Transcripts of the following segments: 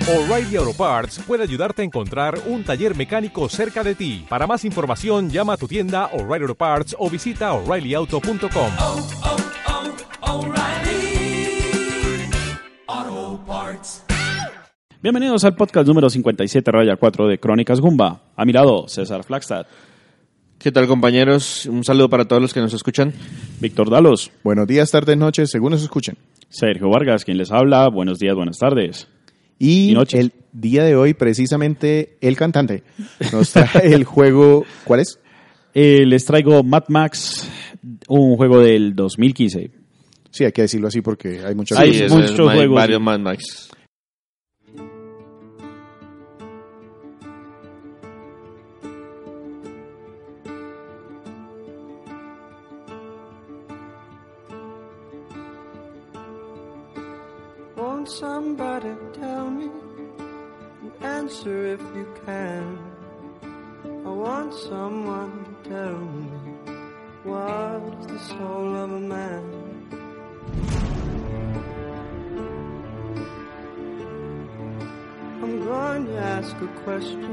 O'Reilly Auto Parts puede ayudarte a encontrar un taller mecánico cerca de ti. Para más información, llama a tu tienda O'Reilly Auto Parts o visita O'ReillyAuto.com. O'Reilly Auto Parts. Bienvenidos al podcast número 57/4 de Crónicas Gumba. A mi lado, César Flagstad. ¿Qué tal, compañeros? Un saludo para todos los que nos escuchan. Víctor Dalos. Buenos días, tardes, noches, según nos escuchen. Sergio Vargas, quien les habla. Buenos días, buenas tardes. Y el día de hoy, precisamente, el cantante nos trae el juego... ¿Cuál es? Les traigo Mad Max, un juego del 2015. Sí, hay que decirlo así porque hay muchos juegos. Varios Mad Max. Won't somebody tell me an answer if you can? I want someone to tell me what's the soul of a man. I'm going to ask a question.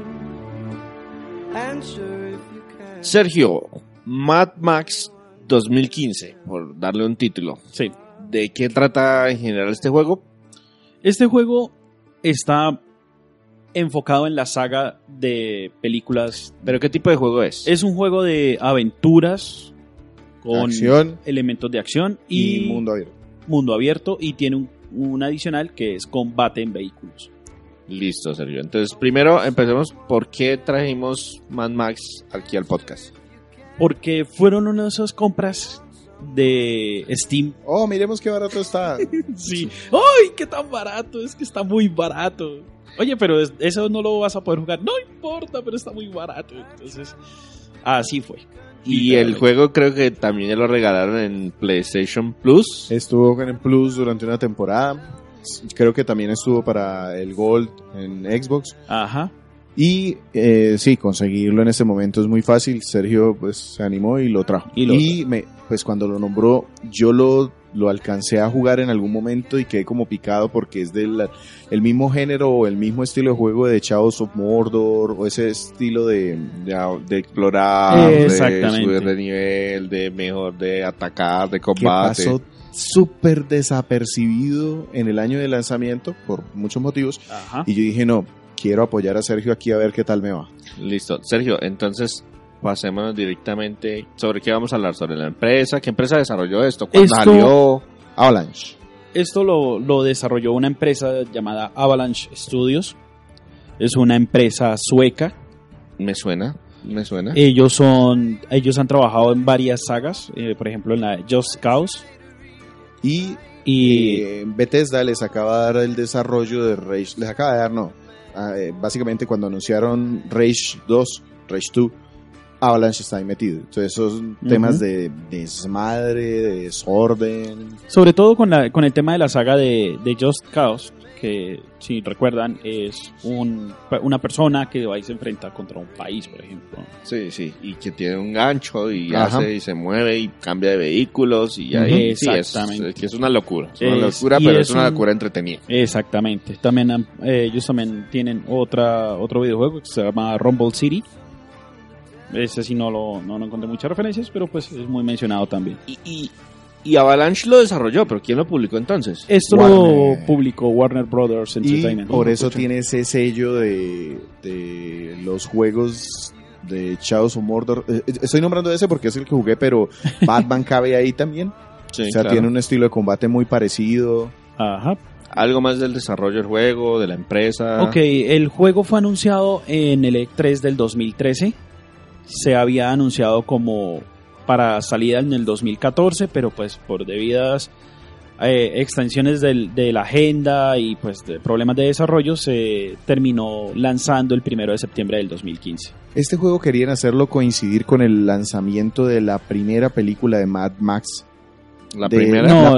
Answer if you can. Sergio, Mad Max 2015, por darle un título. Sí. ¿De qué trata en general este juego? Este juego está enfocado en la saga de películas. ¿Pero qué tipo de juego es? Es un juego de aventuras con acción, elementos de acción y mundo abierto, y tiene un adicional que es combate en vehículos. Listo, Sergio. Entonces, primero empecemos. ¿Por qué trajimos Mad Max aquí al podcast? Porque fueron una de esas compras de Steam. Oh, miremos qué barato está. Sí. ¡Ay, qué tan barato! Es que está muy barato. Oye, pero eso no lo vas a poder jugar. No importa, pero está muy barato. Entonces, así fue. Y el juego creo que también lo regalaron en PlayStation Plus. Estuvo en Plus durante una temporada. Creo que también estuvo para el Gold en Xbox. Ajá. Y sí, conseguirlo en este momento es muy fácil. Sergio pues se animó y lo trajo. Pues cuando lo nombró, yo lo alcancé a jugar en algún momento y quedé como picado porque es del el mismo género o el mismo estilo de juego de Shadows of Mordor, o ese estilo de explorar, de exactamente, subir de nivel, de atacar, de combate. Que pasó súper desapercibido en el año de lanzamiento por muchos motivos. Ajá. Y yo dije, no, quiero apoyar a Sergio aquí a ver qué tal me va. Listo. Sergio, entonces pasémonos directamente. ¿Sobre qué vamos a hablar? ¿Sobre la empresa? ¿Qué empresa desarrolló esto? ¿Cuándo salió? Avalanche. Esto lo desarrolló una empresa llamada Avalanche Studios. Es una empresa sueca. Me suena. Ellos han trabajado en varias sagas, por ejemplo en la Just Cause. Y Bethesda les acaba de dar el desarrollo de Rage. Les acaba de dar, no. Básicamente cuando anunciaron Rage 2, Rage 2, Avalanche está ahí metido. Entonces esos temas de desmadre, de desorden. Sobre todo con el tema de la saga de Just Cause, que si recuerdan es una persona que va y se enfrenta contra un país, por ejemplo. Sí, y que tiene un gancho y hace y se mueve y cambia de vehículos y ahí exactamente. Sí, es una locura. Es una locura, pero es una locura entretenida. Exactamente. También ellos también tienen otro videojuego que se llama Rumble City. Ese sí no encontré muchas referencias, pero pues es muy mencionado también. Y Avalanche lo desarrolló, pero ¿quién lo publicó entonces? Esto lo publicó Warner Brothers Entertainment. Y por eso tiene ese sello de los juegos de Shadows of Mordor. Estoy nombrando ese porque es el que jugué, pero Batman cabe ahí también. Sí, o sea, claro, tiene un estilo de combate muy parecido. Ajá. ¿Algo más del desarrollo del juego, de la empresa? Ok, el juego fue anunciado en el E3 del 2013. Se había anunciado como para salida en el 2014, pero pues por debidas extensiones de la agenda y pues de problemas de desarrollo se terminó lanzando el 1 de septiembre del 2015. Este juego querían hacerlo coincidir con el lanzamiento de la primera película de Mad Max. ¿La primera? No,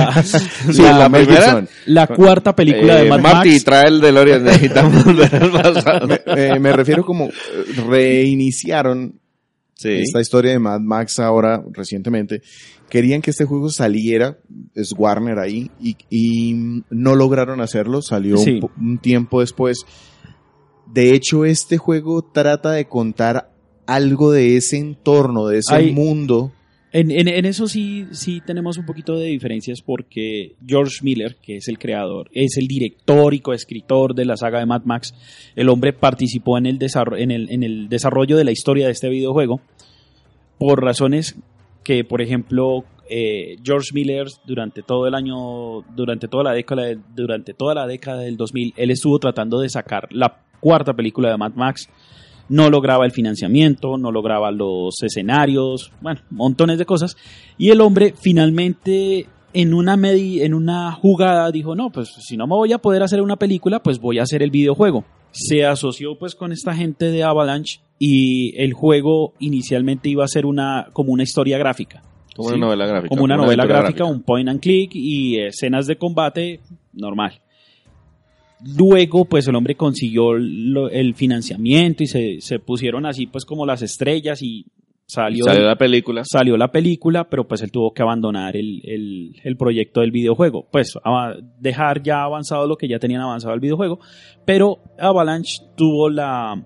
la primera. La cuarta película de Mad Max. Marty, trae el DeLorean, necesitamos ver el pasado. Me refiero como reiniciaron esta historia de Mad Max ahora, recientemente, querían que este juego saliera, es Warner ahí, y no lograron hacerlo, salió un tiempo después. De hecho, este juego trata de contar algo de ese entorno, de ese mundo. En eso sí tenemos un poquito de diferencias porque George Miller, que es el creador, es el director y coescritor de la saga de Mad Max. El hombre participó en el desarrollo de la historia de este videojuego por razones que, por ejemplo, George Miller durante toda la década del 2000, él estuvo tratando de sacar la cuarta película de Mad Max. No lograba el financiamiento, no lograba los escenarios, bueno, montones de cosas. Y el hombre finalmente en una jugada dijo, no, pues si no me voy a poder hacer una película, pues voy a hacer el videojuego. Se asoció pues con esta gente de Avalanche y el juego inicialmente iba a ser como una historia gráfica. Como una novela gráfica. Como una novela gráfica, un point and click y escenas de combate normal. Luego, pues el hombre consiguió el financiamiento y se pusieron así, pues como las estrellas y salió la película. Salió la película, pero pues él tuvo que abandonar el proyecto del videojuego. Pues dejar ya avanzado lo que ya tenían avanzado el videojuego, pero Avalanche tuvo la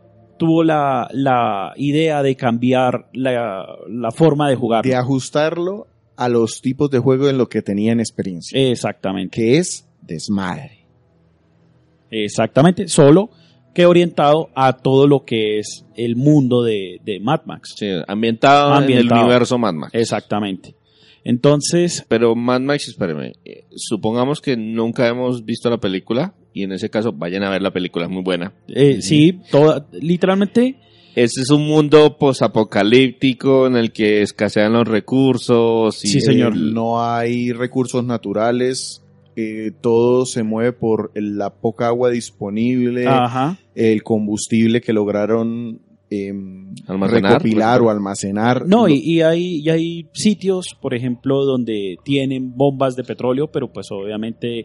idea de cambiar la forma de jugar. De ajustarlo a los tipos de juego en lo que tenían experiencia. Exactamente. Que es desmadre. Exactamente, solo que orientado a todo lo que es el mundo de Mad Max. Sí, ambientado en el universo Mad Max. Exactamente. Entonces... Pero Mad Max, espérame, supongamos que nunca hemos visto la película y en ese caso vayan a ver la película, es muy buena. Sí, literalmente... Este es un mundo posapocalíptico en el que escasean los recursos. Y sí, señor. No hay recursos naturales. Todo se mueve por la poca agua disponible, el combustible que lograron recopilar o almacenar. No, y hay sitios, por ejemplo, donde tienen bombas de petróleo, pero pues obviamente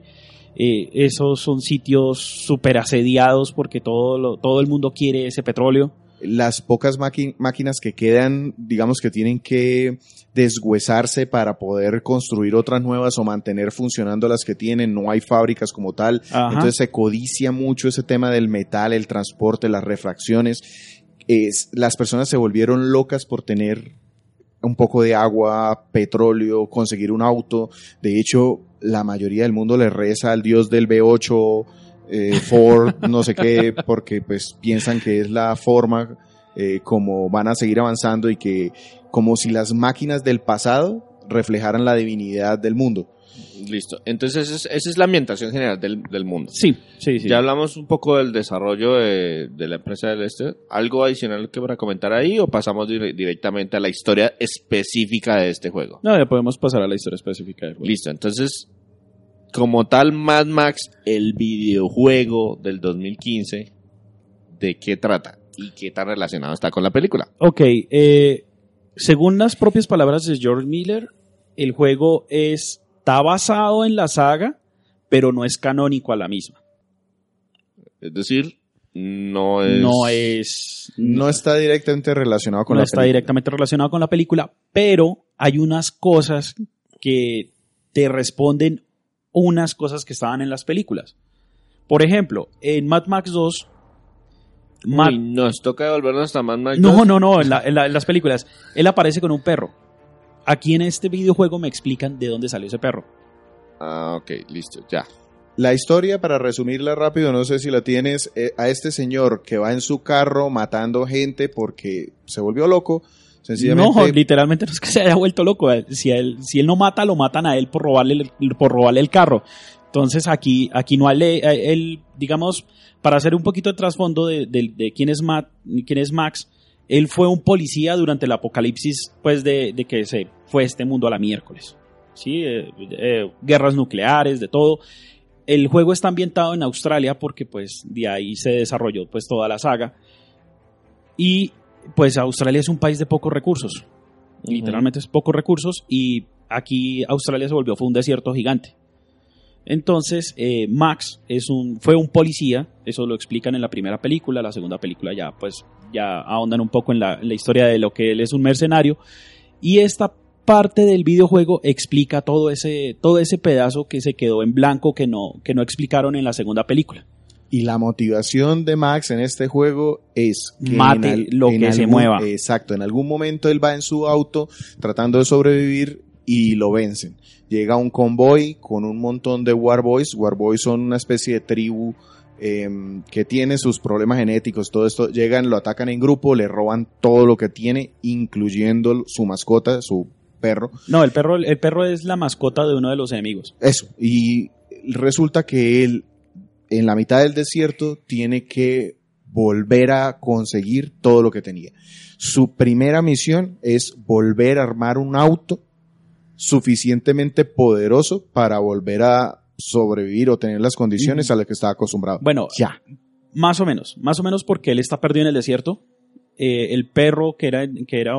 esos son sitios súper asediados porque todo el mundo quiere ese petróleo. Las pocas máquinas que quedan, digamos que tienen que deshuesarse para poder construir otras nuevas o mantener funcionando las que tienen, no hay fábricas como tal. Entonces se codicia mucho ese tema del metal, el transporte, las refracciones. Las personas se volvieron locas por tener un poco de agua, petróleo, conseguir un auto. De hecho, la mayoría del mundo le reza al dios del V8, Ford, no sé qué, porque pues piensan que es la forma como van a seguir avanzando y que como si las máquinas del pasado reflejaran la divinidad del mundo. Listo, entonces esa es la ambientación general del mundo. Sí. Ya hablamos un poco del desarrollo de la empresa del este. ¿Algo adicional que para comentar ahí o pasamos directamente a la historia específica de este juego? No, ya podemos pasar a la historia específica del juego. Listo, entonces, como tal, Mad Max, el videojuego del 2015, ¿de qué trata? ¿Y qué tan relacionado está con la película? Ok, según las propias palabras de George Miller, el juego está basado en la saga, pero no es canónico a la misma. Es decir, no está directamente relacionado con la película. No está directamente relacionado con la película, pero hay unas cosas que te responden unas cosas que estaban en las películas. Por ejemplo, en Mad Max 2... nos toca devolvernos hasta Mad Max 2. No, en las películas. Él aparece con un perro. Aquí en este videojuego me explican de dónde salió ese perro. Ah, ok, listo, ya. La historia, para resumirla rápido, no sé si la tienes, a este señor que va en su carro matando gente porque se volvió loco, sencillamente... No, literalmente no es que se haya vuelto loco. Si él no mata, lo matan a él por robarle el carro. Entonces aquí no hay... Él, digamos, para hacer un poquito de trasfondo de quién es Max, él fue un policía durante el apocalipsis, pues, de que se fue este mundo a la miércoles. ¿Sí? Guerras nucleares, de todo. El juego está ambientado en Australia porque, pues, de ahí se desarrolló, pues, toda la saga. Y, pues, Australia es un país de pocos recursos. Literalmente es pocos recursos y aquí Australia se volvió, fue un desierto gigante. Entonces, Max fue un policía, eso lo explican en la primera película, la segunda película ya ahondan un poco en la historia de lo que él es un mercenario, y esta parte del videojuego explica todo ese pedazo que se quedó en blanco que no explicaron en la segunda película. Y la motivación de Max en este juego es que mate lo que se mueva. Exacto, en algún momento él va en su auto tratando de sobrevivir y lo vencen. Llega un convoy con un montón de War Boys. War Boys son una especie de tribu que tiene sus problemas genéticos, todo esto. Llegan, lo atacan en grupo, le roban todo lo que tiene, incluyendo su mascota, su perro. No, el perro es la mascota de uno de los enemigos. Eso, y resulta que él en la mitad del desierto tiene que volver a conseguir todo lo que tenía. Su primera misión es volver a armar un auto suficientemente poderoso para volver a sobrevivir o tener las condiciones a las que estaba acostumbrado. Bueno, ya. Más o menos porque él está perdido en el desierto. El perro que era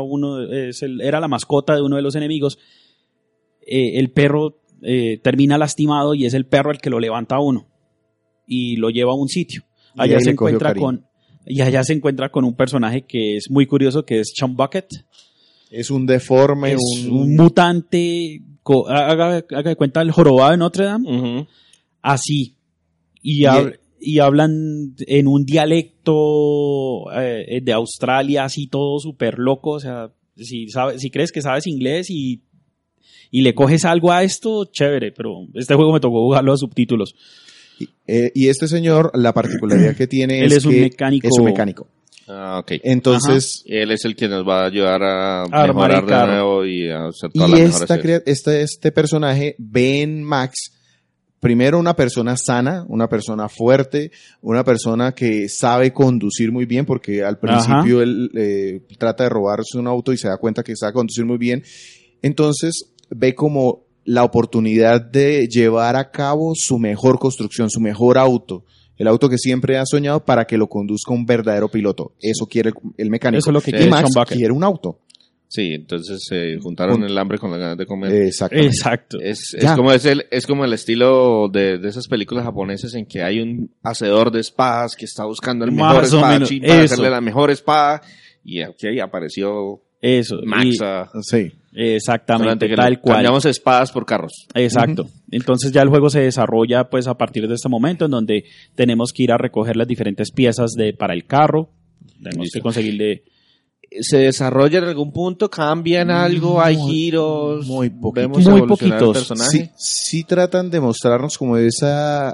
la mascota de uno de los enemigos, el perro termina lastimado y es el perro el que lo levanta a uno y lo lleva a un sitio. Allá se encuentra con un personaje que es muy curioso, que es Chum Bucket. Es un deforme, es un mutante, haga de cuenta el jorobado de Notre Dame, uh-huh. Así, y hablan en un dialecto de Australia, así todo súper loco. O sea, si crees que sabes inglés y le coges algo a esto, chévere, pero este juego me tocó jugarlo a subtítulos. Y este señor, la particularidad que tiene él es un que mecánico. Es un mecánico. Ah, ok. Entonces, él es el que nos va a ayudar a mejorar de nuevo y a hacer todas las mejoras. Este personaje ve en Max primero una persona sana, una persona fuerte, una persona que sabe conducir muy bien, porque al principio él trata de robarse un auto y se da cuenta que sabe conducir muy bien. Entonces ve como la oportunidad de llevar a cabo su mejor construcción, su mejor auto. El auto que siempre ha soñado para que lo conduzca un verdadero piloto. Eso quiere el mecánico. Eso es lo que quiere y Max Sean Bucket. Quiere un auto. Sí, entonces se juntaron el hambre con las ganas de comer. Exacto. Es como el estilo de esas películas japonesas en que hay un hacedor de espadas que está buscando el mejor espadachín para hacerle la mejor espada, y aquí apareció Max. Sí. Exactamente, tal cual. Cambiamos espadas por carros. Exacto. Uh-huh. Entonces ya el juego se desarrolla pues a partir de este momento en donde tenemos que ir a recoger las diferentes piezas para el carro. Tenemos que conseguirle. ¿Se desarrolla en algún punto? ¿Cambian algo? ¿Hay giros? Muy poquitos. ¿Vemos evolucionar el personaje? Sí tratan de mostrarnos como ese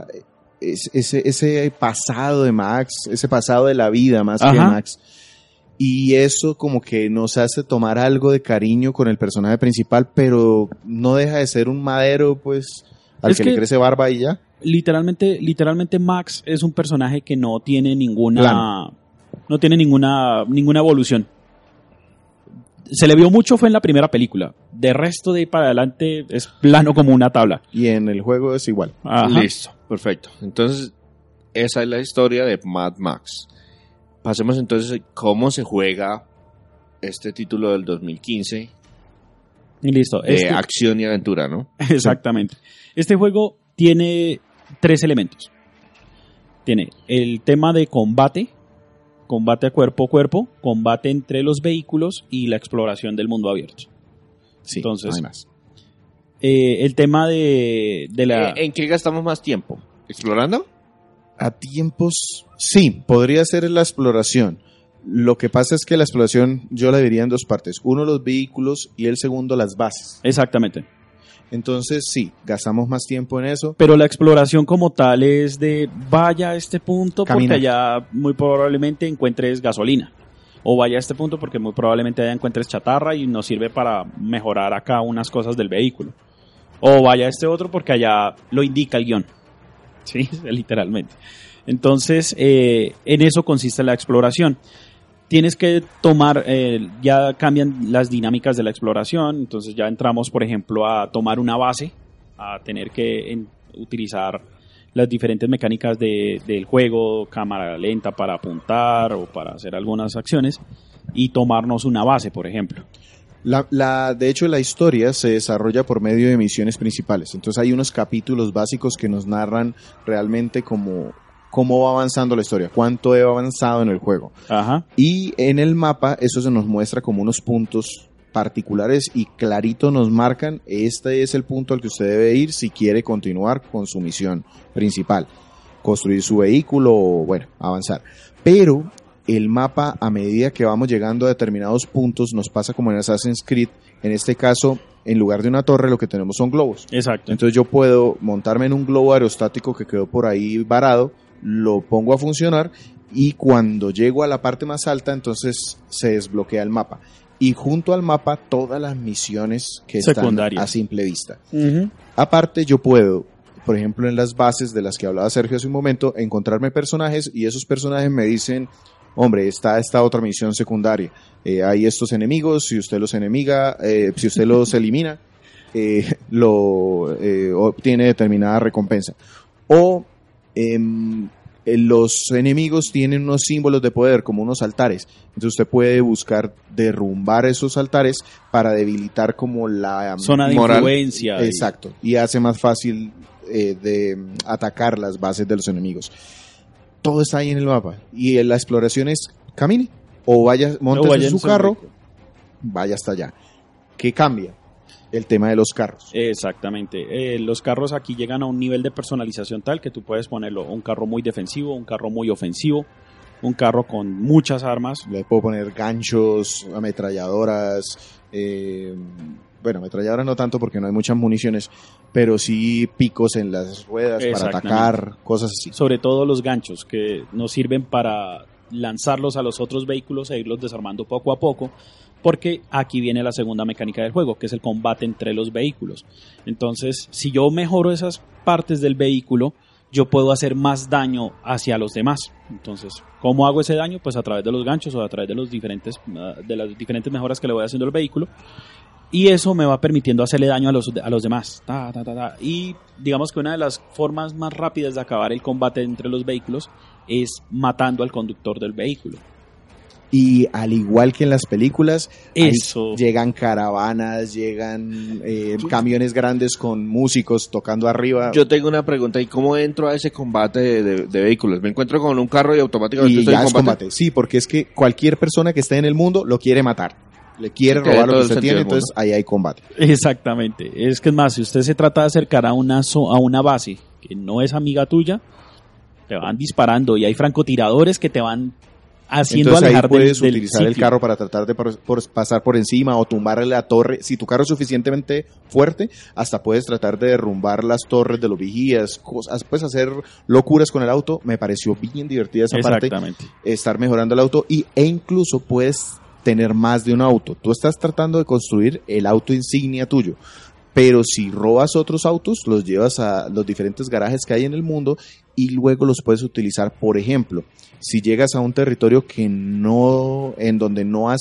pasado de Max, ese pasado de la vida más que Max. Y eso como que nos hace tomar algo de cariño con el personaje principal, pero no deja de ser un madero, pues, al que le crece barba y ya. Literalmente Max es un personaje que no tiene ninguna evolución. Se le vio mucho fue en la primera película. De resto de ahí para adelante es plano como una tabla. Y en el juego es igual. Ajá. Listo, perfecto. Entonces, esa es la historia de Mad Max. Pasemos entonces cómo se juega este título del 2015. Y listo. De acción y aventura, ¿no? Exactamente. Este juego tiene 3 elementos. Tiene el tema de combate a cuerpo a cuerpo, combate entre los vehículos y la exploración del mundo abierto. Sí, entonces, además. El tema de la... ¿En qué gastamos más tiempo? ¿Explorando? A tiempos, sí, podría ser la exploración. Lo que pasa es que la exploración yo la dividiría en 2 partes. Uno, los vehículos, y el segundo, las bases. Exactamente. Entonces, sí, gastamos más tiempo en eso. Pero la exploración como tal es de vaya a este punto porque allá muy probablemente encuentres gasolina. O vaya a este punto porque muy probablemente allá encuentres chatarra y nos sirve para mejorar acá unas cosas del vehículo. O vaya a este otro porque allá lo indica el guión. Sí, literalmente. Entonces, en eso consiste la exploración. Tienes que tomar, ya cambian las dinámicas de la exploración, entonces ya entramos, por ejemplo, a tomar una base, a tener que utilizar las diferentes mecánicas del juego, cámara lenta para apuntar o para hacer algunas acciones, y tomarnos una base, por ejemplo. De hecho, la historia se desarrolla por medio de misiones principales. Entonces hay unos capítulos básicos que nos narran realmente cómo va avanzando la historia, cuánto he avanzado en el juego. Ajá. Y en el mapa eso se nos muestra como unos puntos particulares y clarito nos marcan, este es el punto al que usted debe ir si quiere continuar con su misión principal, construir su vehículo o, bueno, avanzar. Pero el mapa, a medida que vamos llegando a determinados puntos, nos pasa como en Assassin's Creed. En este caso, en lugar de una torre, lo que tenemos son globos. Exacto. Entonces yo puedo montarme en un globo aerostático que quedó por ahí varado, lo pongo a funcionar y cuando llego a la parte más alta, entonces se desbloquea el mapa. Y junto al mapa, todas las misiones que están a simple vista. Uh-huh. Aparte, yo puedo, por ejemplo, en las bases de las que hablaba Sergio hace un momento, encontrarme personajes y esos personajes me dicen, hombre, está esta otra misión secundaria. Hay estos enemigos, si usted los si usted los elimina, obtiene determinada recompensa. O los enemigos tienen unos símbolos de poder, como unos altares. Entonces usted puede buscar derrumbar esos altares para debilitar como la zona de moral. Influencia. Exacto. Y hace más fácil de atacar las bases de los enemigos. Todo está ahí en el mapa. Y la exploración es camine o monte en su carro, vaya hasta allá. ¿Qué cambia? El tema de los carros. Exactamente. Los carros aquí llegan a un nivel de personalización tal que tú puedes ponerlo un carro muy defensivo, un carro muy ofensivo, un carro con muchas armas. Le puedo poner ganchos, ametralladoras, bueno, ametralladoras no tanto porque no hay muchas municiones, pero sí picos en las ruedas para atacar, cosas así. Sobre todo los ganchos que nos sirven para lanzarlos a los otros vehículos e irlos desarmando poco a poco. Porque aquí viene la segunda mecánica del juego, que es el combate entre los vehículos. Entonces, si yo mejoro esas partes del vehículo, yo puedo hacer más daño hacia los demás. Entonces, ¿cómo hago ese daño? Pues a través de los ganchos o a través de las diferentes mejoras que le voy haciendo al vehículo. Y eso me va permitiendo hacerle daño a los demás. Y digamos que una de las formas más rápidas de acabar el combate entre los vehículos es matando al conductor del vehículo. Y al igual que en las películas, llegan caravanas, llegan camiones grandes con músicos tocando arriba. Yo tengo una pregunta, ¿y cómo entro a ese combate de vehículos? ¿Me encuentro con un carro y automáticamente estoy en combate? Sí, porque es que cualquier persona que esté en el mundo lo quiere matar. Le quiere robar lo que usted tiene, entonces ahí hay combate. Exactamente. Es que es más, si usted se trata de acercar a una base que no es amiga tuya, te van disparando y hay francotiradores que te van haciendo entonces alejar ahí puedes del utilizar sitio. El carro para tratar de pasar por encima o tumbarle la torre. Si tu carro es suficientemente fuerte, hasta puedes tratar de derrumbar las torres de los vigías, puedes hacer locuras con el auto. Me pareció bien divertida esa parte, estar mejorando el auto e incluso puedes tener más de un auto. Tú estás tratando de construir el auto insignia tuyo, pero si robas otros autos, los llevas a los diferentes garajes que hay en el mundo y luego los puedes utilizar. Por ejemplo, si llegas a un territorio en donde no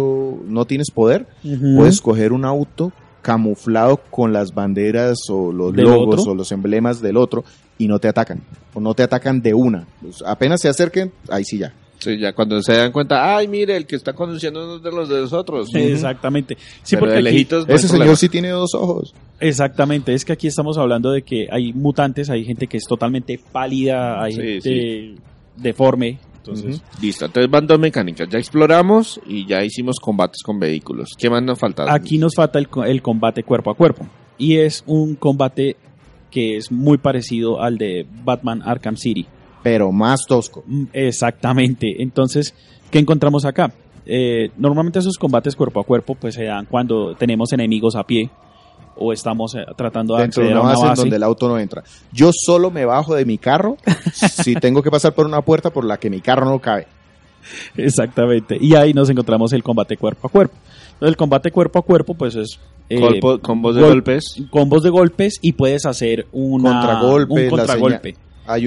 tienes poder, puedes coger un auto camuflado con las banderas o los logos o los emblemas del otro y no te atacan, o no te atacan de una. Pues apenas se acerquen, ahí sí ya. Sí, ya cuando se dan cuenta, ay, mire, el que está conduciendo es de los de nosotros. Exactamente. Sí, pero porque de lejitos ese señor sí tiene 2 ojos. Exactamente, es que aquí estamos hablando de que hay mutantes, hay gente que es totalmente pálida, hay gente deforme. Entonces, listo, entonces van 2 mecánicas. Ya exploramos y ya hicimos combates con vehículos. ¿Qué más nos falta? Aquí nos falta el combate cuerpo a cuerpo. Y es un combate que es muy parecido al de Batman Arkham City. Pero más tosco. Exactamente. Entonces, ¿qué encontramos acá? Normalmente esos combates cuerpo a cuerpo pues se dan cuando tenemos enemigos a pie o estamos tratando de acceder a una base donde el auto no entra. Yo solo me bajo de mi carro si tengo que pasar por una puerta por la que mi carro no cabe. Exactamente. Y ahí nos encontramos el combate cuerpo a cuerpo. Entonces, el combate cuerpo a cuerpo pues es combos de golpes. Combos de golpes y puedes hacer un contragolpe. Hay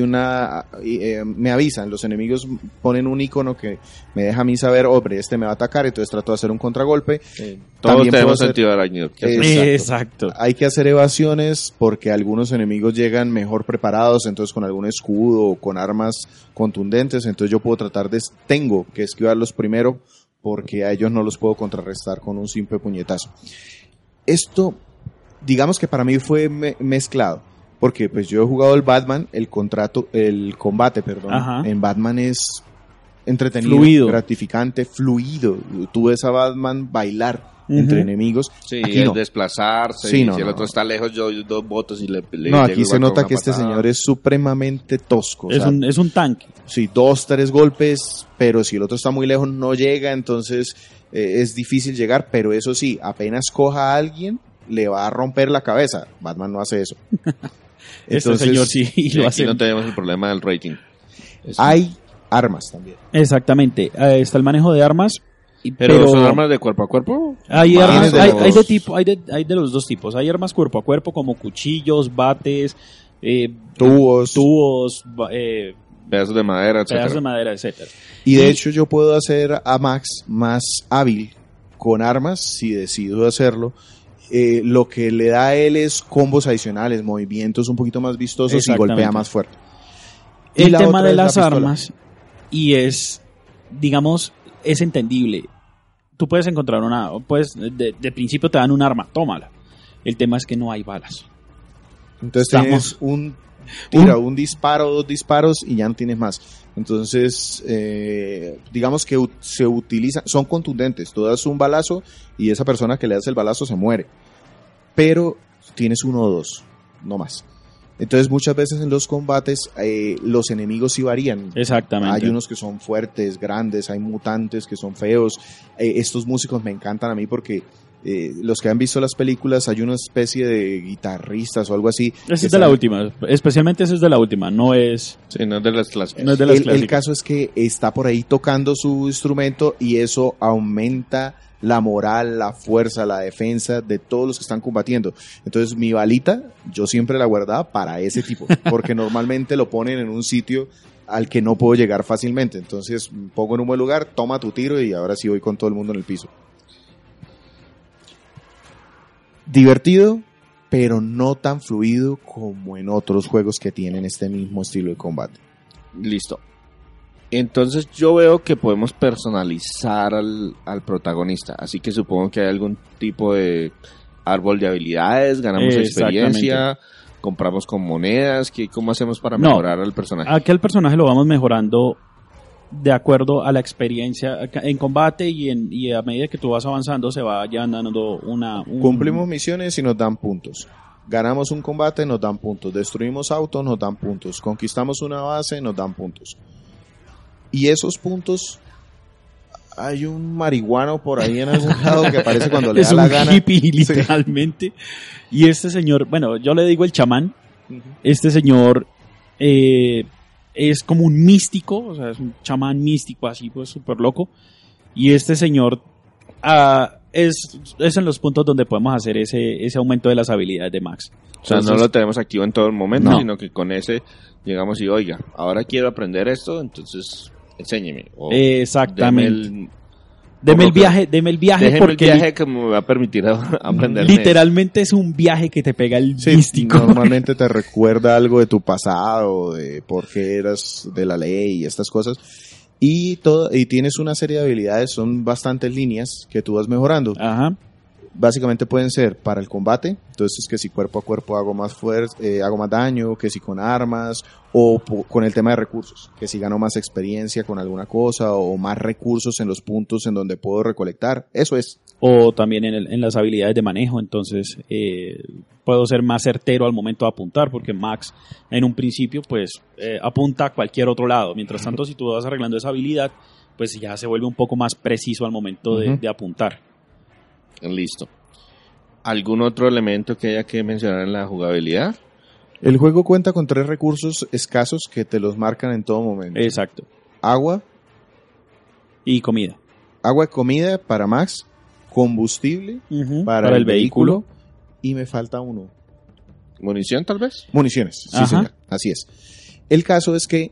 me avisan, los enemigos ponen un icono que me deja a mí saber, hombre, me va a atacar, entonces trato de hacer un contragolpe. Todos tenemos sentido arañido. Exacto. Hay que hacer evasiones porque algunos enemigos llegan mejor preparados, entonces con algún escudo o con armas contundentes, entonces yo tengo que esquivarlos primero porque a ellos no los puedo contrarrestar con un simple puñetazo. Esto, digamos que para mí fue mezclado, porque pues yo he jugado el Batman, el combate, en Batman es entretenido, fluido, gratificante, fluido. Tú ves a Batman bailar entre enemigos. Sí, aquí el no. desplazarse, sí, y no, si el no, otro está lejos, yo doy 2 botes y le no, aquí se nota que este señor es supremamente tosco. Es un tanque. Sí, 2, 3 golpes, pero si el otro está muy lejos no llega, entonces es difícil llegar, pero eso sí, apenas coja a alguien, le va a romper la cabeza. Batman no hace eso. Este señor sí lo hace. Aquí no tenemos el problema del rating. Hay armas también. Exactamente, está el manejo de armas. Pero ¿son armas de cuerpo a cuerpo? Hay armas, hay de tipo, hay de los dos tipos. Hay armas cuerpo a cuerpo como cuchillos, bates, tubos, pedazos de madera, etcétera. Y de hecho yo puedo hacer a Max más hábil con armas si decido hacerlo. Lo que le da a él es combos adicionales, movimientos un poquito más vistosos y golpea más fuerte. El tema de las armas, y es, digamos, es entendible. Tú puedes encontrar de principio te dan un arma, tómala. El tema es que no hay balas. Entonces tienes un disparo, 2 disparos y ya no tienes más. Entonces, digamos que se utilizan, son contundentes. Tú das un balazo y esa persona que le das el balazo se muere. Pero tienes 1 o 2, no más. Entonces muchas veces en los combates los enemigos sí varían. Exactamente. Hay unos que son fuertes, grandes, hay mutantes que son feos. Estos músicos me encantan a mí porque los que han visto las películas hay una especie de guitarristas o algo así. Esa es de la última, especialmente esa es de la última, no es... Sí, no es de las clásicas. No es de las clásicas. El caso es que está por ahí tocando su instrumento y eso aumenta la moral, la fuerza, la defensa de todos los que están combatiendo. Entonces mi balita yo siempre la guardaba para ese tipo, porque normalmente lo ponen en un sitio al que no puedo llegar fácilmente. Entonces pongo en un buen lugar, toma tu tiro y ahora sí voy con todo el mundo en el piso. Divertido, pero no tan fluido como en otros juegos que tienen este mismo estilo de combate. Listo. Entonces yo veo que podemos personalizar al protagonista, así que supongo que hay algún tipo de árbol de habilidades, ganamos experiencia, compramos con monedas, ¿cómo hacemos para mejorar al personaje? Aquí el personaje lo vamos mejorando de acuerdo a la experiencia en combate y a medida que tú vas avanzando se va ya dando Cumplimos misiones y nos dan puntos. Ganamos un combate, nos dan puntos. Destruimos autos, nos dan puntos. Conquistamos una base, nos dan puntos. Y esos puntos, hay un marihuano por ahí en algún lado que aparece cuando le da la gana. Es un hippie, literalmente. Sí. Y este señor, bueno, yo le digo el chamán. Este señor es como un místico, o sea, es un chamán místico, así pues súper loco. Y este señor es en los puntos donde podemos hacer ese aumento de las habilidades de Max. Entonces, no lo tenemos activo en todo el momento, sino que con ese llegamos y, oiga, ahora quiero aprender esto, entonces enséñeme. Exactamente. Deme el viaje porque el viaje que me va a permitir aprender. Literalmente es un viaje que te pega el místico. Normalmente te recuerda algo de tu pasado, de por qué eras de la ley y estas cosas. Y tienes una serie de habilidades, son bastantes líneas que tú vas mejorando. Ajá. Básicamente pueden ser para el combate, entonces que si cuerpo a cuerpo hago más hago más daño, que si con armas, o con el tema de recursos, que si gano más experiencia con alguna cosa, o más recursos en los puntos en donde puedo recolectar, eso es. O también en las habilidades de manejo, entonces puedo ser más certero al momento de apuntar, porque Max en un principio pues apunta a cualquier otro lado, mientras tanto si tú vas arreglando esa habilidad, pues ya se vuelve un poco más preciso al momento de apuntar. Listo. ¿Algún otro elemento que haya que mencionar en la jugabilidad? El juego cuenta con 3 recursos escasos que te los marcan en todo momento. Exacto. Agua. Y comida. Agua y comida para Max. Combustible para el vehículo. Y me falta uno. ¿Munición tal vez? Municiones, sí señor. Así es. El caso es que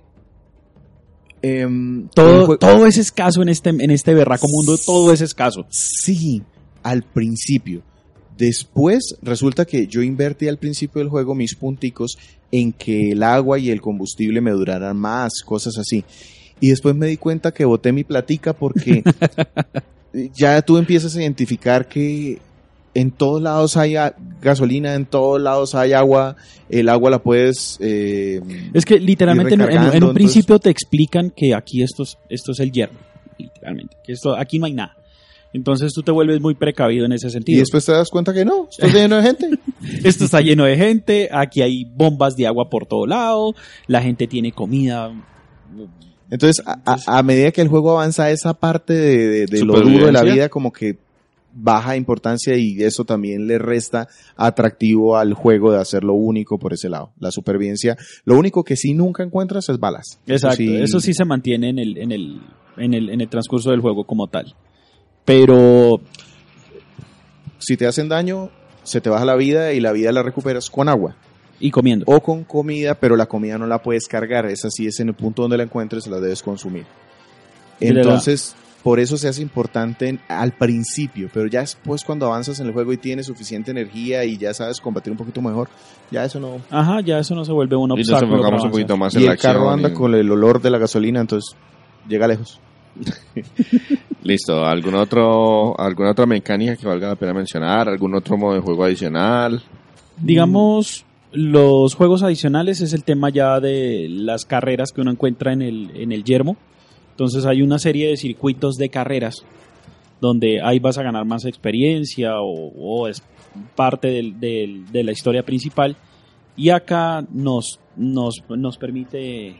todo es escaso en este berraco mundo, todo es escaso. Sí, al principio. Después resulta que yo invertí al principio del juego mis punticos en que el agua y el combustible me duraran más, cosas así. y después me di cuenta que boté mi platica porque ya tú empiezas a identificar que en todos lados hay gasolina, en todos lados hay agua, el agua la puedes es que literalmente en un principio te explican que aquí esto es el yermo, literalmente, que aquí no hay nada. Entonces tú te vuelves muy precavido en ese sentido. Y después te das cuenta que no, esto está lleno de gente. Esto está lleno de gente, aquí hay bombas de agua por todo lado, la gente tiene comida. Entonces, a medida que el juego avanza, esa parte de lo duro de la vida como que baja importancia y eso también le resta atractivo al juego de hacerlo único por ese lado. La supervivencia, lo único que sí nunca encuentras es balas. Exacto, eso sí se mantiene en el transcurso del juego como tal. Pero si te hacen daño, se te baja la vida y la vida la recuperas con agua. Y comiendo. O con comida, pero la comida no la puedes cargar. Esa sí es en el punto donde la encuentres, la debes consumir. Entonces, por eso se hace importante al principio, pero ya después cuando avanzas en el juego y tienes suficiente energía y ya sabes combatir un poquito mejor, ya eso no... Ajá, ya eso no se vuelve un obstáculo. Y nos enfocamos un poquito más en la la acción. Y el carro anda con el olor de la gasolina, entonces llega lejos. Listo, ¿alguna otra mecánica que valga la pena mencionar? ¿Algún otro modo de juego adicional? Digamos, los juegos adicionales es el tema ya de las carreras que uno encuentra en el yermo. Entonces hay una serie de circuitos de carreras donde ahí vas a ganar más experiencia o es parte de la historia principal. Y acá nos permite...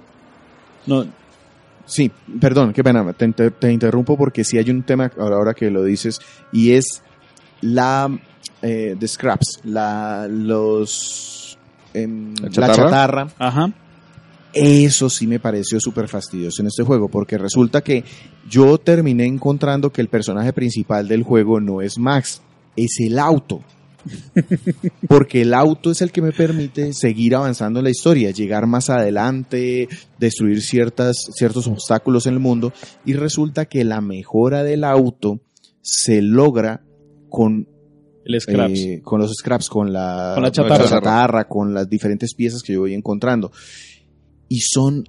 Sí, perdón, qué pena, te interrumpo porque sí hay un tema ahora que lo dices y es la de scraps, la chatarra. Ajá. Eso sí me pareció súper fastidioso en este juego porque resulta que yo terminé encontrando que el personaje principal del juego no es Max, es el auto. Porque el auto es el que me permite seguir avanzando en la historia, llegar más adelante, destruir ciertos obstáculos en el mundo, y resulta que la mejora del auto se logra con los scraps, con la chatarra, con las diferentes piezas que yo voy encontrando, y son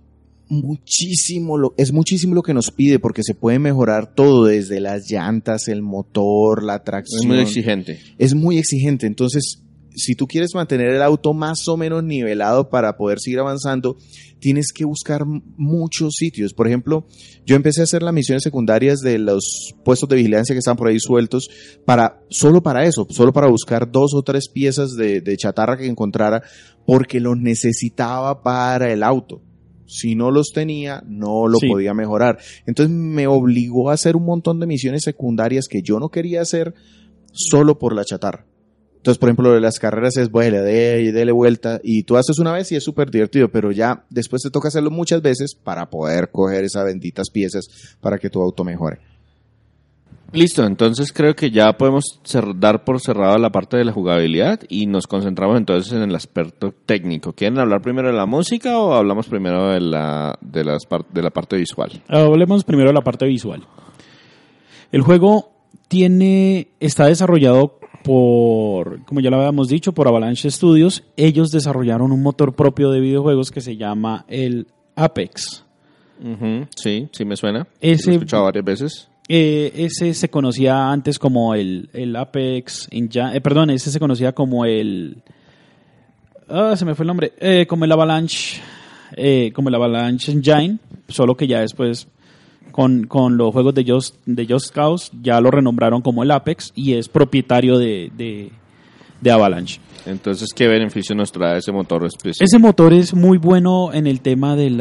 es muchísimo lo que nos pide porque se puede mejorar todo desde las llantas, el motor, la tracción. Es muy exigente. Entonces, si tú quieres mantener el auto más o menos nivelado para poder seguir avanzando, tienes que buscar muchos sitios. Por ejemplo, yo empecé a hacer las misiones secundarias de los puestos de vigilancia que están por ahí sueltos solo para buscar 2 o 3 piezas de chatarra que encontrara porque los necesitaba para el auto. Si no los tenía, no lo podía mejorar. Entonces me obligó a hacer un montón de misiones secundarias que yo no quería hacer solo por la chatarra. Entonces, por ejemplo, lo de las carreras es, bueno, dele vuelta, y tú haces una vez y es súper divertido, pero ya después te toca hacerlo muchas veces para poder coger esas benditas piezas para que tu auto mejore. Listo, entonces creo que ya podemos dar por cerrada la parte de la jugabilidad y nos concentramos entonces en el aspecto técnico. ¿Quieren hablar primero de la música o hablamos primero de la parte visual? Hablemos primero de la parte visual. El juego está desarrollado como ya lo habíamos dicho, por Avalanche Studios. Ellos desarrollaron un motor propio de videojuegos que se llama el Apex. Uh-huh. Sí me suena. Lo he escuchado varias veces. Ese se conocía antes como el Apex Engine, ese se conocía como el se me fue el nombre, como el Avalanche Engine, solo que ya después con los juegos de Just Cause ya lo renombraron como el Apex y es propietario de Avalanche. Entonces, ¿qué beneficio nos trae ese motor específico? Ese motor es muy bueno en el tema de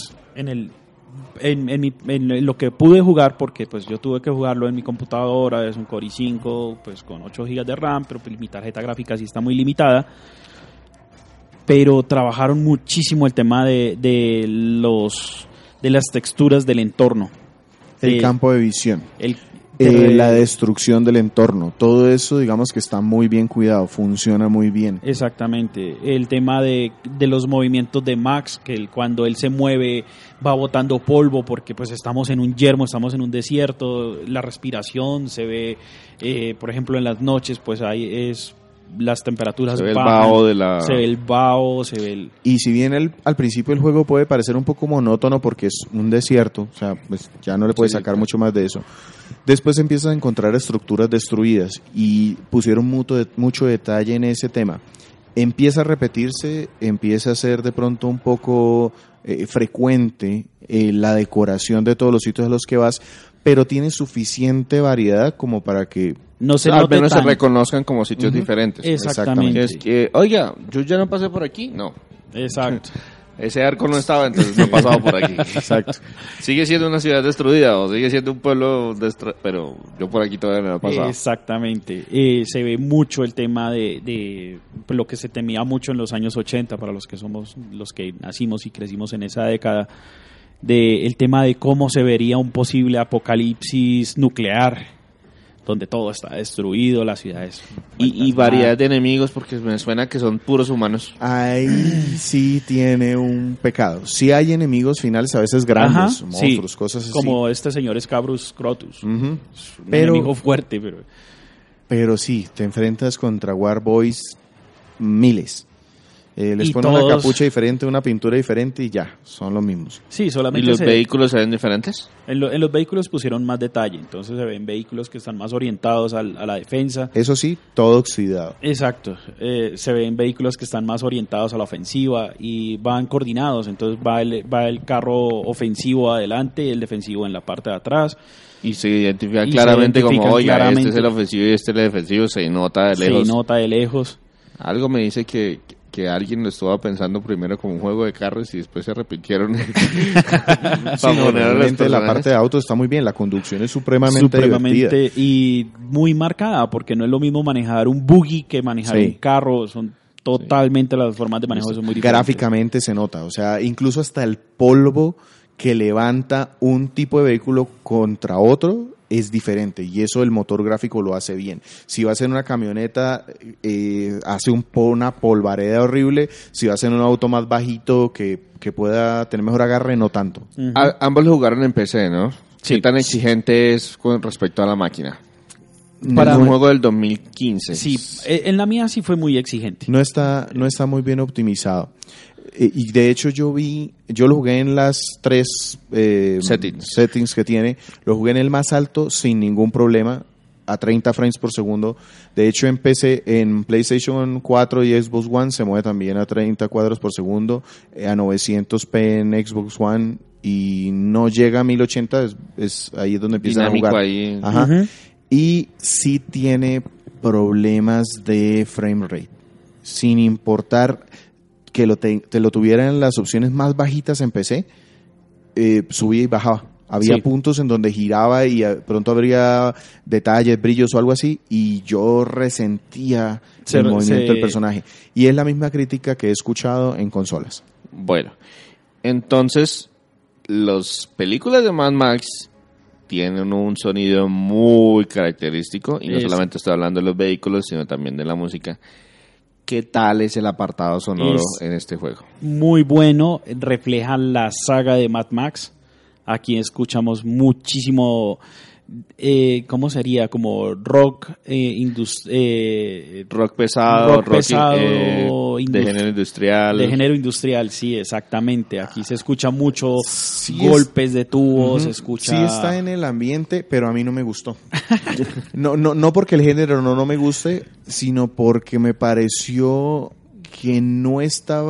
en lo que pude jugar, porque pues yo tuve que jugarlo en mi computadora, es un Core i5 pues con 8 GB de RAM, pero pues mi tarjeta gráfica sí está muy limitada, pero trabajaron muchísimo el tema de las texturas del entorno, el campo de visión, la destrucción del entorno, todo eso digamos que está muy bien cuidado, funciona muy bien. Exactamente, el tema de los movimientos de Max, que cuando él se mueve va botando polvo porque pues estamos en un yermo, estamos en un desierto, la respiración se ve, por ejemplo en las noches pues ahí es las temperaturas se ve bajan, se ve el vaho, se ve el... Y si bien al principio el juego puede parecer un poco monótono porque es un desierto, o sea, pues ya no le puedes sacar mucho más de eso, después empiezas a encontrar estructuras destruidas y pusieron mucho detalle en ese tema. Empieza a repetirse, empieza a ser de pronto un poco frecuente la decoración de todos los sitios a los que vas, pero tiene suficiente variedad como para que al menos se reconozcan como sitios diferentes. Exactamente. Es que, oiga, yo ya no pasé por aquí, no. Exacto. Ese arco no estaba, entonces no he pasado por aquí. Exacto. Sigue siendo una ciudad destruida o sigue siendo un pueblo pero yo por aquí todavía no he pasado. Exactamente. Se ve mucho el tema de lo que se temía mucho en los años 80 para los que somos los que nacimos y crecimos en esa década, el tema de cómo se vería un posible apocalipsis nuclear, donde todo está destruido, las ciudades. Y variedad de enemigos, porque me suena que son puros humanos. Ahí sí tiene un pecado. Sí hay enemigos finales, a veces grandes, monstruos, cosas así. Como este señor Scabrus Crotus. Uh-huh. Un enemigo fuerte, pero sí, te enfrentas contra Warboys miles. Les ponen una capucha diferente, una pintura diferente y ya, son los mismos. Sí, solamente. ¿Y los vehículos se ven diferentes? En los vehículos pusieron más detalle, entonces se ven vehículos que están más orientados a la defensa. Eso sí, todo oxidado. Exacto, se ven vehículos que están más orientados a la ofensiva y van coordinados, entonces va el carro ofensivo adelante y el defensivo en la parte de atrás. Y se identifica claramente como, oiga, este es el ofensivo y este es el defensivo, se nota de lejos. Algo me dice que alguien lo estaba pensando primero como un juego de carros y después se arrepintieron. Realmente la parte de auto está muy bien, la conducción es supremamente divertida. Y muy marcada, porque no es lo mismo manejar un buggy que manejar un carro, son totalmente las formas de manejo son muy diferentes. Gráficamente se nota, o sea, incluso hasta el polvo que levanta un tipo de vehículo contra otro es diferente y eso el motor gráfico lo hace bien. Si vas en una camioneta hace una polvareda horrible, si vas en un auto más bajito que pueda tener mejor agarre, no tanto. Uh-huh. Ambos lo jugaron en PC, ¿no? Sí. ¿Qué tan exigente es con respecto a la máquina? Para un juego del 2015. Sí, en la mía sí fue muy exigente. No está muy bien optimizado. Y de hecho yo lo jugué en las 3 settings que tiene, lo jugué en el más alto sin ningún problema, a 30 frames por segundo. De hecho en PC, en PlayStation 4 y Xbox One se mueve también a 30 cuadros por segundo, a 900p en Xbox One y no llega a 1080, es ahí donde empieza dinámico a jugar. Ahí. Ajá. Uh-huh. Y sí tiene problemas de frame rate, sin importar que te lo tuviera en las opciones más bajitas en PC, subía y bajaba. Había puntos en donde giraba y pronto habría detalles, brillos o algo así, y yo resentía el movimiento del personaje. Y es la misma crítica que he escuchado en consolas. Bueno, entonces, las películas de Mad Max tienen un sonido muy característico, y no solamente estoy hablando de los vehículos, sino también de la música. ¿Qué tal es el apartado sonoro en este juego? Muy bueno, refleja la saga de Mad Max. Aquí escuchamos muchísimo, ¿cómo sería? Como rock, rock pesado, de género industrial. De género industrial, sí, exactamente. Aquí se escucha mucho golpes de tubos, se escucha... Sí está en el ambiente, pero a mí no me gustó. No porque el género no me guste, sino porque me pareció que no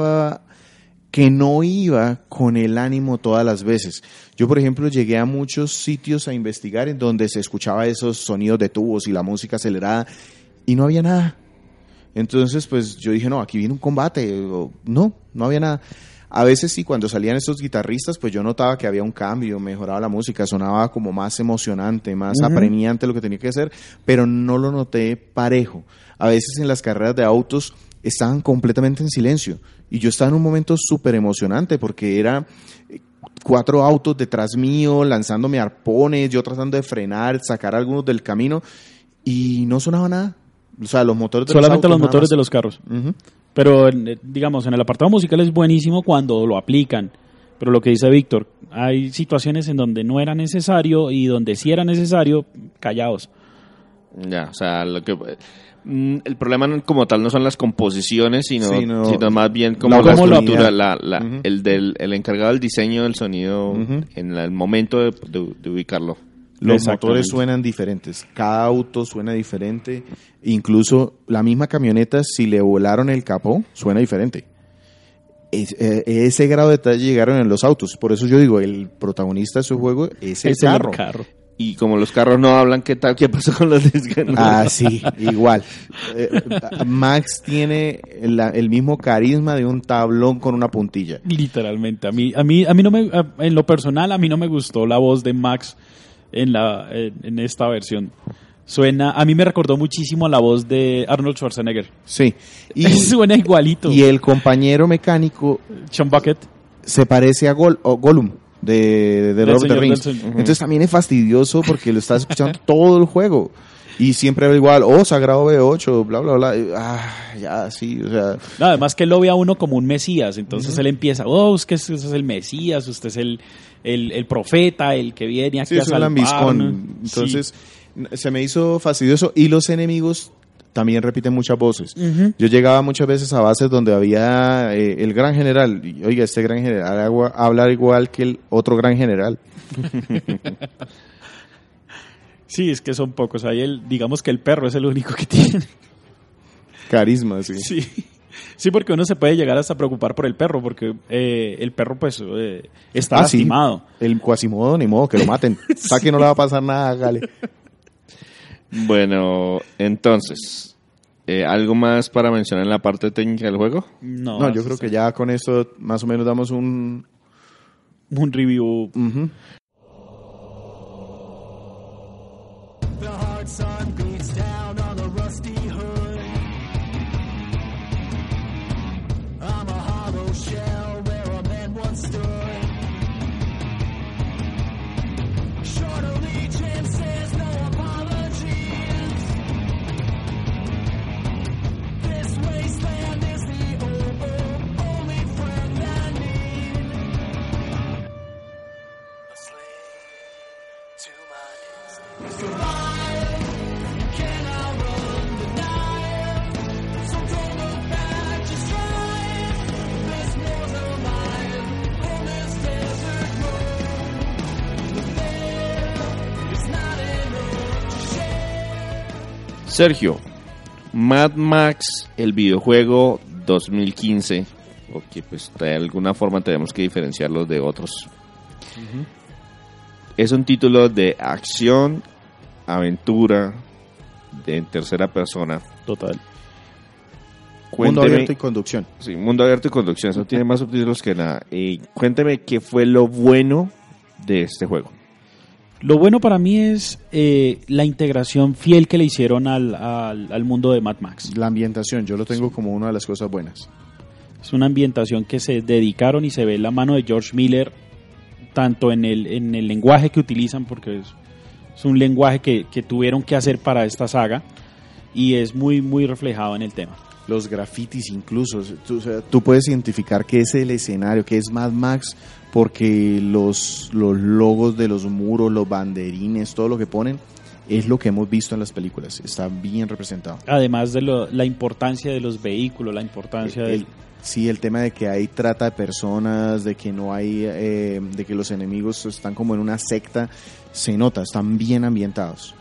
iba con el ánimo todas las veces. Yo, por ejemplo, llegué a muchos sitios a investigar en donde se escuchaba esos sonidos de tubos y la música acelerada y no había nada. Entonces, pues yo dije, no, aquí viene un combate. No había nada. A veces sí, cuando salían estos guitarristas, pues yo notaba que había un cambio, mejoraba la música, sonaba como más emocionante, más apremiante lo que tenía que hacer, pero no lo noté parejo. A veces en las carreras de autos estaban completamente en silencio y yo estaba en un momento súper emocionante porque era 4 autos detrás mío lanzándome arpones, yo tratando de frenar, sacar algunos del camino y no sonaba nada. O sea, los motores de solamente los autos, los motores de los carros. Uh-huh. Pero, digamos, en el apartado musical es buenísimo cuando lo aplican. Pero lo que dice Víctor, hay situaciones en donde no era necesario y donde sí era necesario, callaos. Ya, o sea, El problema como tal no son las composiciones, sino más bien como la estructura, el encargado del diseño del sonido en el momento de ubicarlo. Los motores suenan diferentes, cada auto suena diferente, incluso la misma camioneta, si le volaron el capó, suena diferente. Ese grado de detalle llegaron en los autos, por eso yo digo, el protagonista de su juego es el carro. Y como los carros no hablan, ¿qué pasó con los discos? Sí, igual. Max tiene el mismo carisma de un tablón con una puntilla. Literalmente. A mí no me, en lo personal, a mí no me gustó la voz de Max en esta versión. A mí me recordó muchísimo a la voz de Arnold Schwarzenegger. Sí. Y suena igualito. Y el compañero mecánico, Sean Bucket, se parece a Gollum de Lord of the Rings. Entonces también es fastidioso porque lo estás escuchando todo el juego. Y siempre habla igual, Sagrado B8, bla, bla, bla. Ya, sí, o sea. No, además que él lo ve a uno como un mesías. Entonces él empieza, es que usted es el mesías, usted es el profeta, el que viene aquí a salvar. Entonces, se me hizo fastidioso. Y los enemigos también repiten muchas voces. Yo llegaba muchas veces a bases donde había el gran general. Y, oiga, este gran general habla igual que el otro gran general. Sí, es que son pocos. Ahí digamos que el perro es el único que tiene carisma, sí. Sí, porque uno se puede llegar hasta a preocupar por el perro, porque el perro pues está lastimado. Sí. El Quasimodo, ni modo, que lo maten. Para que no le va a pasar nada, Gale. Bueno, entonces, ¿algo más para mencionar en la parte técnica del juego? No, yo creo que ya con esto más o menos damos un review. The hard sun beats down on the rusty hood. I'm a hollow shell where a man once stood. Short allegiances, no apologies. This wasteland is the only friend I need. A slave to my instincts. Sergio, Mad Max, el videojuego 2015, porque pues de alguna forma tenemos que diferenciarlos de otros. Es un título de acción, aventura, en tercera persona. Total. Mundo abierto y conducción. Sí, mundo abierto y conducción, eso tiene más subtítulos que nada. Cuénteme qué fue lo bueno de este juego. Lo bueno para mí es la integración fiel que le hicieron al mundo de Mad Max. La ambientación, yo lo tengo como una de las cosas buenas. Es una ambientación que se dedicaron y se ve la mano de George Miller, tanto en el lenguaje que utilizan, porque es un lenguaje que tuvieron que hacer para esta saga, y es muy, muy reflejado en el tema. Los grafitis incluso, tú puedes identificar qué es el escenario, qué es Mad Max, porque los logos de los muros, los banderines, todo lo que ponen, es lo que hemos visto en las películas. Está bien representado. Además de la importancia de los vehículos, la importancia del... Sí, el tema de que hay trata de personas, de que no hay, de que los enemigos están como en una secta, se nota, están bien ambientados.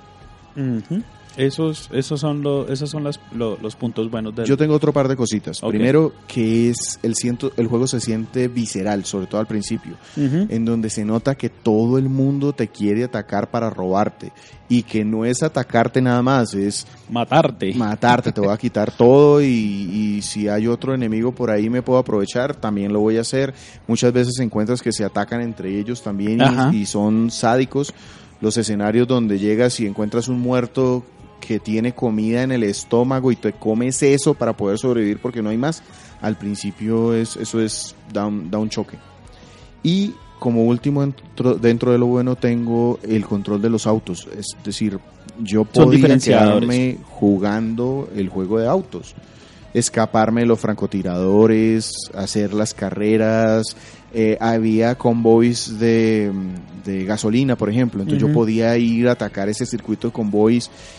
Esos son los puntos buenos del... Yo tengo otro par de cositas. Okay. Primero, que es el juego se siente visceral, sobre todo al principio, en donde se nota que todo el mundo te quiere atacar para robarte, y que no es atacarte nada más, es matarte, te voy a quitar todo, y si hay otro enemigo por ahí me puedo aprovechar, también lo voy a hacer. Muchas veces encuentras que se atacan entre ellos también y son sádicos. Los escenarios donde llegas y encuentras un muerto que tiene comida en el estómago y te comes eso para poder sobrevivir porque no hay más, al principio da un choque. Y como último, dentro de lo bueno, tengo el control de los autos, es decir, yo podía quedarme jugando el juego de autos, escaparme de los francotiradores, hacer las carreras. Había convoys de gasolina, por ejemplo, entonces yo podía ir a atacar ese circuito de convoys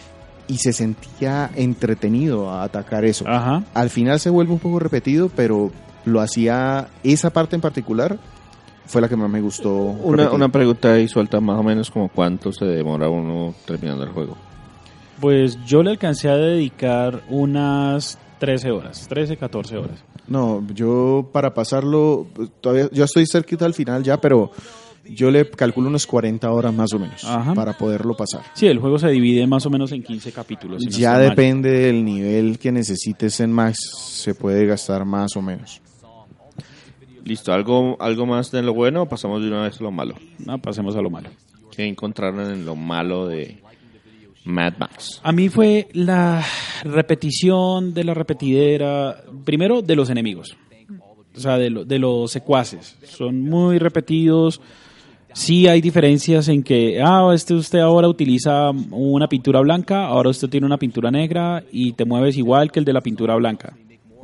y se sentía entretenido a atacar eso. Ajá. Al final se vuelve un poco repetido, pero lo hacía, esa parte en particular fue la que más me gustó. Una pregunta ahí suelta, más o menos como cuánto se demora uno terminando el juego. Pues yo le alcancé a dedicar unas 13 horas, 13, 14 horas. No, yo para pasarlo, todavía yo estoy cerquita al final ya, pero yo le calculo unos 40 horas más o menos. Ajá. Para poderlo pasar. Sí, el juego se divide más o menos en 15 capítulos. Si ya depende del nivel que necesites en Max, se puede gastar más o menos. Listo, ¿algo más de lo bueno o pasamos de una vez a lo malo? No, pasemos a lo malo. ¿Qué encontraron en lo malo de Mad Max? A mí fue la repetición de la repetidera, primero de los enemigos, o sea, de los secuaces. Son muy repetidos. Sí hay diferencias en que, usted ahora utiliza una pintura blanca, ahora usted tiene una pintura negra y te mueves igual que el de la pintura blanca.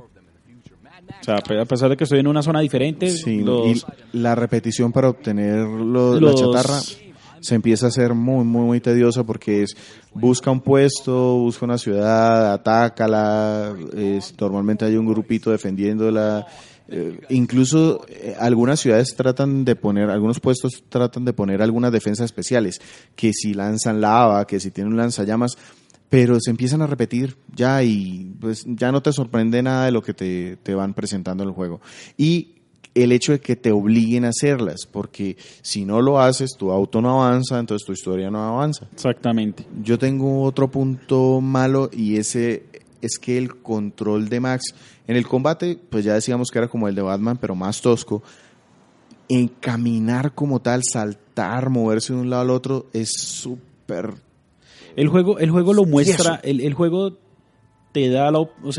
O sea, a pesar de que estoy en una zona diferente. Sí, y la repetición para obtener la chatarra se empieza a hacer muy, muy, muy tediosa porque busca un puesto, busca una ciudad, atácala, normalmente hay un grupito defendiéndola. Incluso algunas ciudades algunos puestos tratan de poner algunas defensas especiales, que si lanzan lava, que si tienen un lanzallamas, pero se empiezan a repetir ya y pues ya no te sorprende nada de lo que te van presentando en el juego. Y el hecho de que te obliguen a hacerlas, porque si no lo haces, tu auto no avanza, entonces tu historia no avanza. Exactamente. Yo tengo otro punto malo y ese es que el control de Max en el combate, pues ya decíamos que era como el de Batman, pero más tosco. En caminar como tal, saltar, moverse de un lado al otro, es súper... El juego lo muestra, el juego te da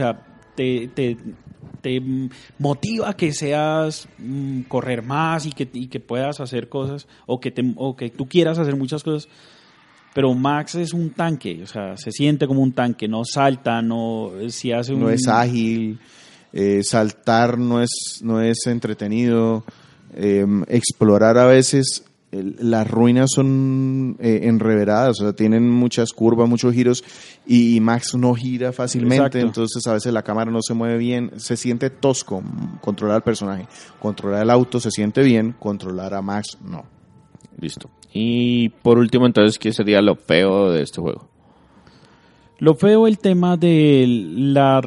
te motiva a que seas correr más y que puedas hacer cosas o que tú quieras hacer muchas cosas. Pero Max es un tanque, o sea, se siente como un tanque, no salta, no es ágil, saltar no es entretenido, explorar a veces. Las ruinas son enreveradas, o sea, tienen muchas curvas, muchos giros y Max no gira fácilmente. Exacto. Entonces a veces la cámara no se mueve bien, se siente tosco controlar al personaje. Controlar el auto se siente bien, controlar a Max no. Listo. Y por último, entonces, ¿qué sería lo feo de este juego? Lo feo, el tema de la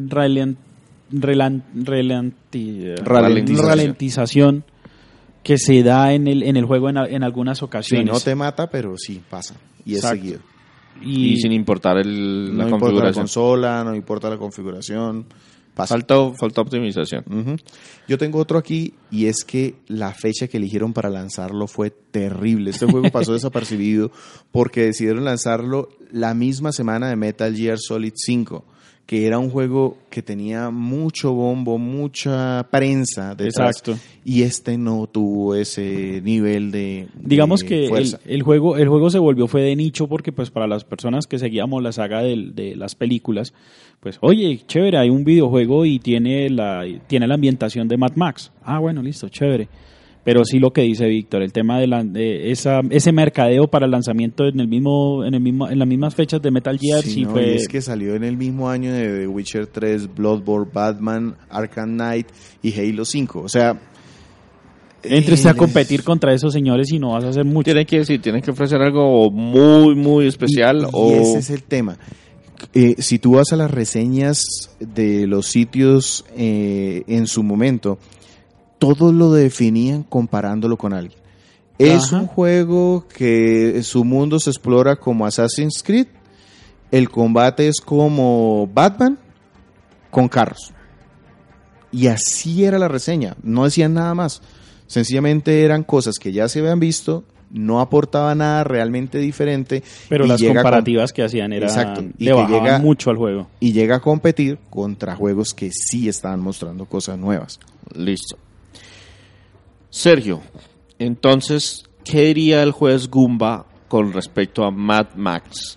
ralentización que se da en el juego en algunas ocasiones. Sí, no te mata, pero sí pasa. Y es seguido. Y sin importar la configuración. No importa la consola, no importa la configuración. Falta optimización. Uh-huh. Yo tengo otro aquí y es que la fecha que eligieron para lanzarlo fue terrible. Este juego pasó desapercibido porque decidieron lanzarlo la misma semana de Metal Gear Solid 5, que era un juego que tenía mucho bombo, mucha prensa detrás. Exacto. Y este no tuvo ese nivel de digamos que fuerza. El juego se volvió fue de nicho porque pues para las personas que seguíamos la saga de las películas, pues oye, chévere, hay un videojuego y tiene la ambientación de Mad Max. Ah, bueno, listo, chévere. Pero sí lo que dice Víctor, el tema de ese mercadeo para el lanzamiento en las mismas fechas de Metal Gear sí fue... Y es que salió en el mismo año de The Witcher 3, Bloodborne, Batman, Arkham Knight y Halo 5. O sea, entres a competir contra esos señores y no vas a hacer mucho. Tienen que ofrecer algo muy, muy especial. Y ese es el tema. Si tú vas a las reseñas de los sitios en su momento, todos lo definían comparándolo con alguien. Es un juego que su mundo se explora como Assassin's Creed, el combate es como Batman con carros. Y así era la reseña, no decían nada más. Sencillamente eran cosas que ya se habían visto, no aportaba nada realmente diferente. Pero las comparativas que hacían le bajaban mucho al juego. Y llega a competir contra juegos que sí estaban mostrando cosas nuevas. Listo. Sergio, entonces, ¿qué diría el juez Goomba con respecto a Mad Max?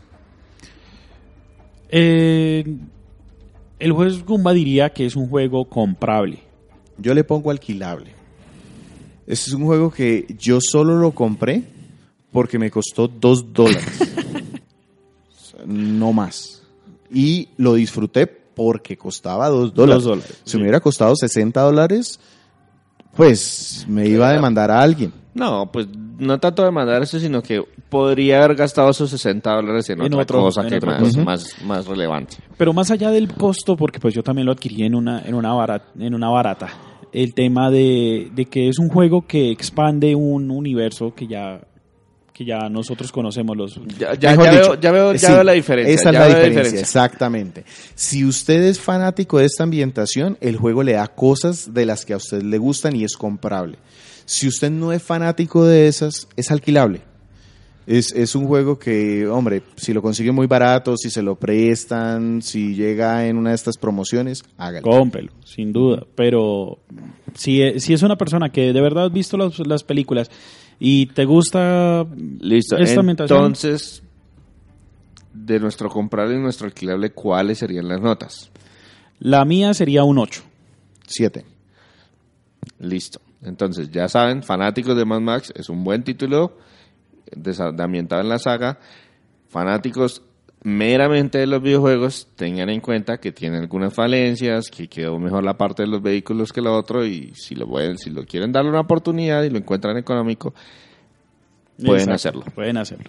El juez Goomba diría que es un juego comprable. Yo le pongo alquilable. Este es un juego que yo solo lo compré porque me costó $2. no más. Y lo disfruté porque costaba $2. Si me hubiera costado $60, pues me iba a demandar a alguien. No, pues no tanto demandar eso, sino que podría haber gastado esos $60 en otra cosa que más relevante. Pero más allá del costo, porque pues yo también lo adquirí en una barata, el tema de que es un juego que expande un universo que ya nosotros conocemos. Ya veo la diferencia. Esa es la diferencia, exactamente. Si usted es fanático de esta ambientación, el juego le da cosas de las que a usted le gustan y es comprable. Si usted no es fanático de esas, es alquilable. Es un juego que, hombre, si lo consigue muy barato, si se lo prestan, si llega en una de estas promociones, hágalo. Cómprelo, sin duda. Pero si es una persona que de verdad has visto las películas y te gusta esta ambientación. Entonces, de nuestro comprable y nuestro alquilable, ¿cuáles serían las notas? La mía sería un 8. 7. Listo. Entonces, ya saben, fanáticos de Mad Max, es un buen título ambientado en la saga. Fanáticos meramente de los videojuegos, tengan en cuenta que tiene algunas falencias, que quedó mejor la parte de los vehículos que la otra, y si lo quieren darle una oportunidad y lo encuentran económico, pueden hacerlo. Pueden hacerlo.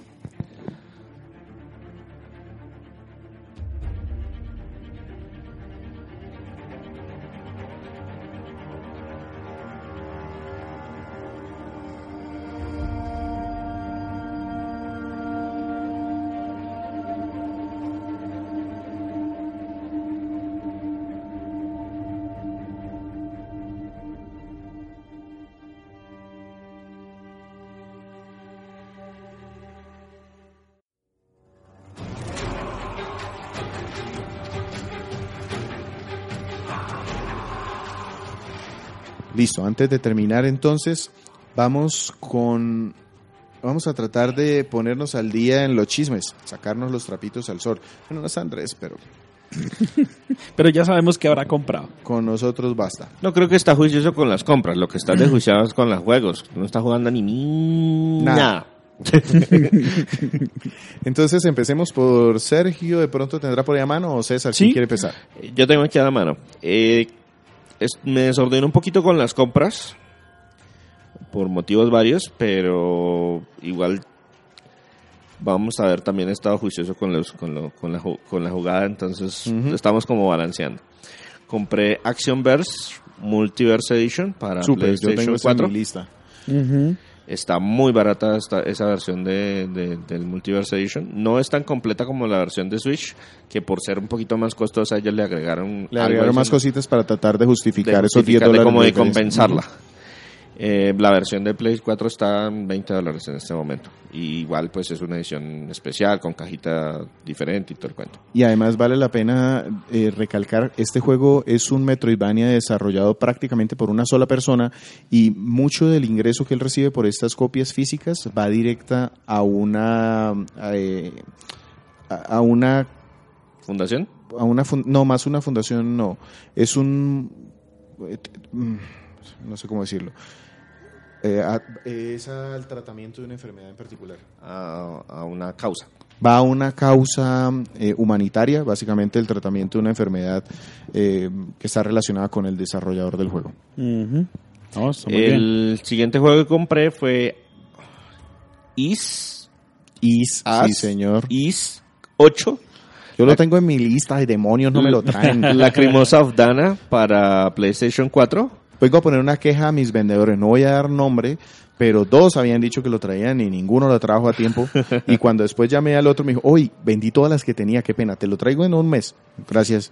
Listo, antes de terminar entonces, vamos a tratar de ponernos al día en los chismes, sacarnos los trapitos al sol. Bueno, no es Andrés, pero... pero ya sabemos que habrá comprado. Con nosotros basta. No creo que está juicioso con las compras, lo que está desjuiciado es con los juegos. No está jugando ni nada. Entonces empecemos por Sergio, de pronto tendrá por ahí a mano, o César, ¿quién quiere empezar? Yo tengo aquí a la mano. Me desordeno un poquito con las compras por motivos varios, pero igual vamos a ver, también he estado juicioso con la jugada, entonces estamos como balanceando. Compré Action Verse Multiverse Edition para PlayStation yo tengo 4. En mi lista. Está muy barata esa versión del Multiverse Edition. No es tan completa como la versión de Switch, que por ser un poquito más costosa, ellos le agregaron más cositas para tratar de justificar esos $10. Como de compensarla. La versión de Play 4 está en $20 en este momento. Y igual pues es una edición especial con cajita diferente y todo el cuento. Y además vale la pena recalcar, este juego es un Metroidvania desarrollado prácticamente por una sola persona, y mucho del ingreso que él recibe por estas copias físicas va directa a una ¿fundación? No, más una fundación no. Es un... no sé cómo decirlo. Es al tratamiento de una enfermedad en particular. A una causa. Va a una causa humanitaria, básicamente el tratamiento de una enfermedad que está relacionada con el desarrollador del juego. El siguiente juego que compré fue Is, sí señor. Is 8. Yo lo tengo en mi lista, de demonios no me lo traen. Lacrimosa of Dana para PlayStation 4. Vengo a poner una queja a mis vendedores, no voy a dar nombre, pero 2 habían dicho que lo traían y ninguno lo trajo a tiempo. Y cuando después llamé al otro me dijo, oye, vendí todas las que tenía, qué pena, te lo traigo en un mes. Gracias.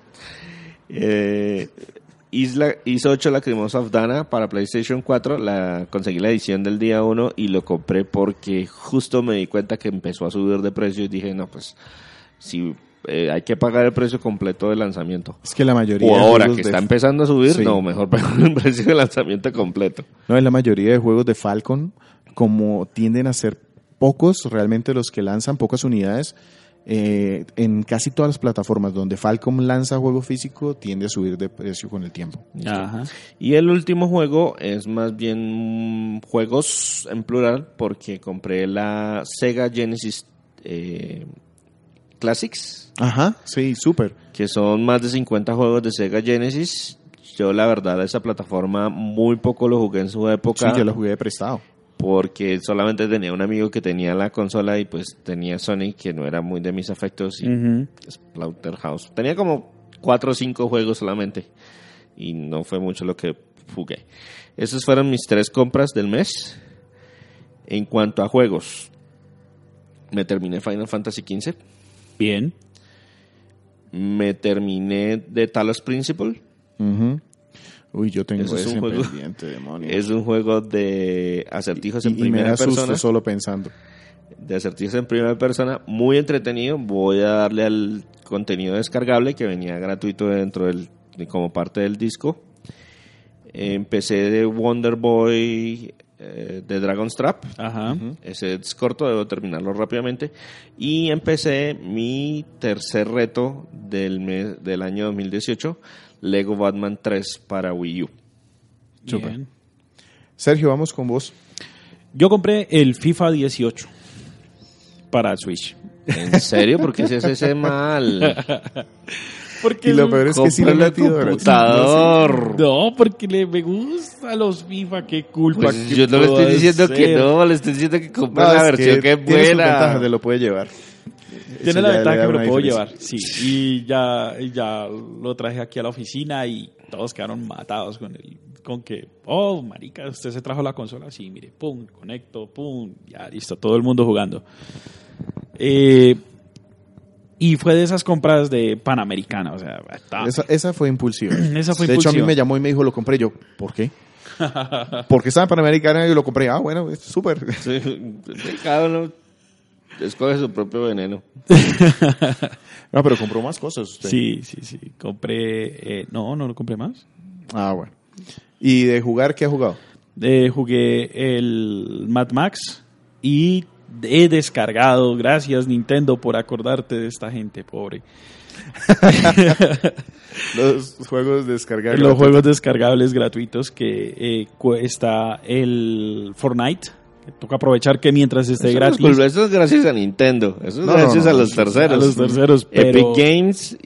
Is 8 Lacrimosa of Dana para PlayStation 4, conseguí la edición del día 1 y lo compré porque justo me di cuenta que empezó a subir de precio y dije, no, pues si hay que pagar el precio completo de lanzamiento. Es que la mayoría o ahora que está empezando a subir, sí. No, mejor pagar el precio de lanzamiento completo. No, en la mayoría de juegos de Falcon, como tienden a ser pocos realmente los que lanzan, pocas unidades, en casi todas las plataformas donde Falcon lanza juego físico, tiende a subir de precio con el tiempo. Ajá. Y el último juego es más bien juegos en plural, porque compré la Sega Genesis Classics. Ajá, sí, súper. Que son más de 50 juegos de Sega Genesis. Yo la verdad esa plataforma muy poco lo jugué en su época. Sí, yo lo jugué de prestado. Porque solamente tenía un amigo que tenía la consola y pues tenía Sonic, que no era muy de mis afectos, y Splatterhouse. Tenía como 4 o 5 juegos solamente y no fue mucho lo que jugué. Esas fueron mis 3 compras del mes. En cuanto a juegos, me terminé Final Fantasy XV. Bien. Me terminé de Talos Principle. Uy, yo tengo ese juego, pendiente, demonios. es un juego de acertijos en y me primera da susto persona. solo pensando. De acertijos en primera persona, muy entretenido. Voy a darle al contenido descargable que venía gratuito dentro como parte del disco. Empecé de Wonder Boy de Dragon's Trap. Ajá. Ese es corto, debo terminarlo rápidamente. Y empecé mi tercer reto del año 2018, Lego Batman 3 para Wii U. Bien. Sergio, vamos con vos. Yo compré el FIFA 18 para Switch. ¿En serio? ¿Por qué se hace ese mal? Porque Y lo peor es que sí le he metido computador. No, porque me gusta los FIFA, qué culpa. Pues que yo no le estoy puedo diciendo hacer. que no, le estoy diciendo que compre No, la es versión que es tiene sus buena. ventajas, te lo puede llevar. Tiene Eso la ya ventaja le da que me una lo puedo diferencia. llevar, sí. Y ya lo traje aquí a la oficina y todos quedaron matados con que, oh, marica, usted se trajo la consola, sí, mire, pum, conecto, pum, ya listo, todo el mundo jugando. Y fue de esas compras de Panamericana, o sea, Esa fue impulsiva. Esa fue de hecho, a mí impulsiva. me llamó y me dijo, lo compré. Yo, ¿por qué? Porque estaba en Panamericana y yo lo compré. Ah, bueno, es súper. Sí, cada uno escoge su propio veneno. No, pero compró más cosas usted. Sí, compré, no lo compré más. Ah, bueno. ¿Y de jugar qué ha jugado? Jugué el Mad Max y he descargado, gracias Nintendo por acordarte de esta gente pobre. Los juegos descargables. Los juegos descargables gratuitos que está el Fortnite. Que toca aprovechar que mientras esté gratis. Eso es gracias a Nintendo. Eso es gracias a los terceros. A los terceros, pero Epic Games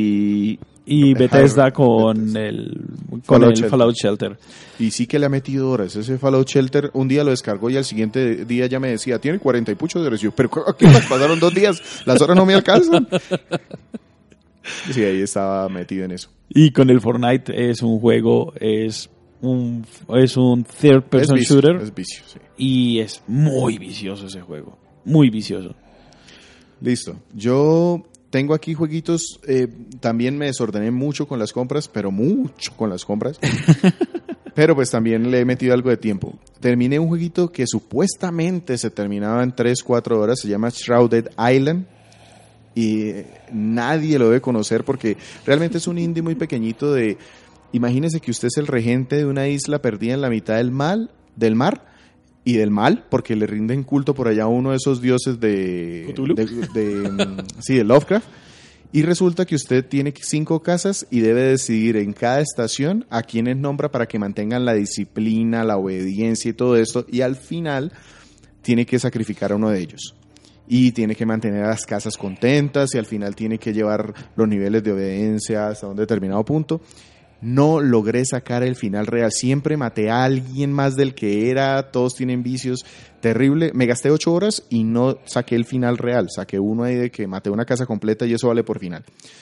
y Bethesda con el Fallout Shelter. Y sí que le ha metido horas. Ese Fallout Shelter, un día lo descargó y al siguiente día ya me decía, tiene 40 y puchos de recibo. Pero ¿qué más? Pasaron 2 días, las horas no me alcanzan. Sí, ahí estaba metido en eso. Y con el Fortnite es un juego, es un third person shooter. Es vicio, sí. Y es muy vicioso ese juego. Muy vicioso. Listo. Yo tengo aquí jueguitos. También me desordené mucho con las compras, pero mucho con las compras. Pero pues también le he metido algo de tiempo. Terminé un jueguito que supuestamente se terminaba en 3-4 horas. Se llama Shrouded Island. Y nadie lo debe conocer porque realmente es un indie muy pequeñito de... Imagínese que usted es el regente de una isla perdida en la mitad del mar y del mal, porque le rinden culto por allá a uno de esos dioses de Lovecraft. Y resulta que usted tiene 5 casas y debe decidir en cada estación a quienes nombra para que mantengan la disciplina, la obediencia y todo esto. Y al final tiene que sacrificar a uno de ellos. Y tiene que mantener a las casas contentas y al final tiene que llevar los niveles de obediencia hasta un determinado punto. No logré sacar el final real. Siempre maté a alguien más del que era. Todos tienen vicios. Terrible. Me gasté 8 horas y no saqué el final real. Saqué uno ahí de que maté una casa completa y eso vale por final.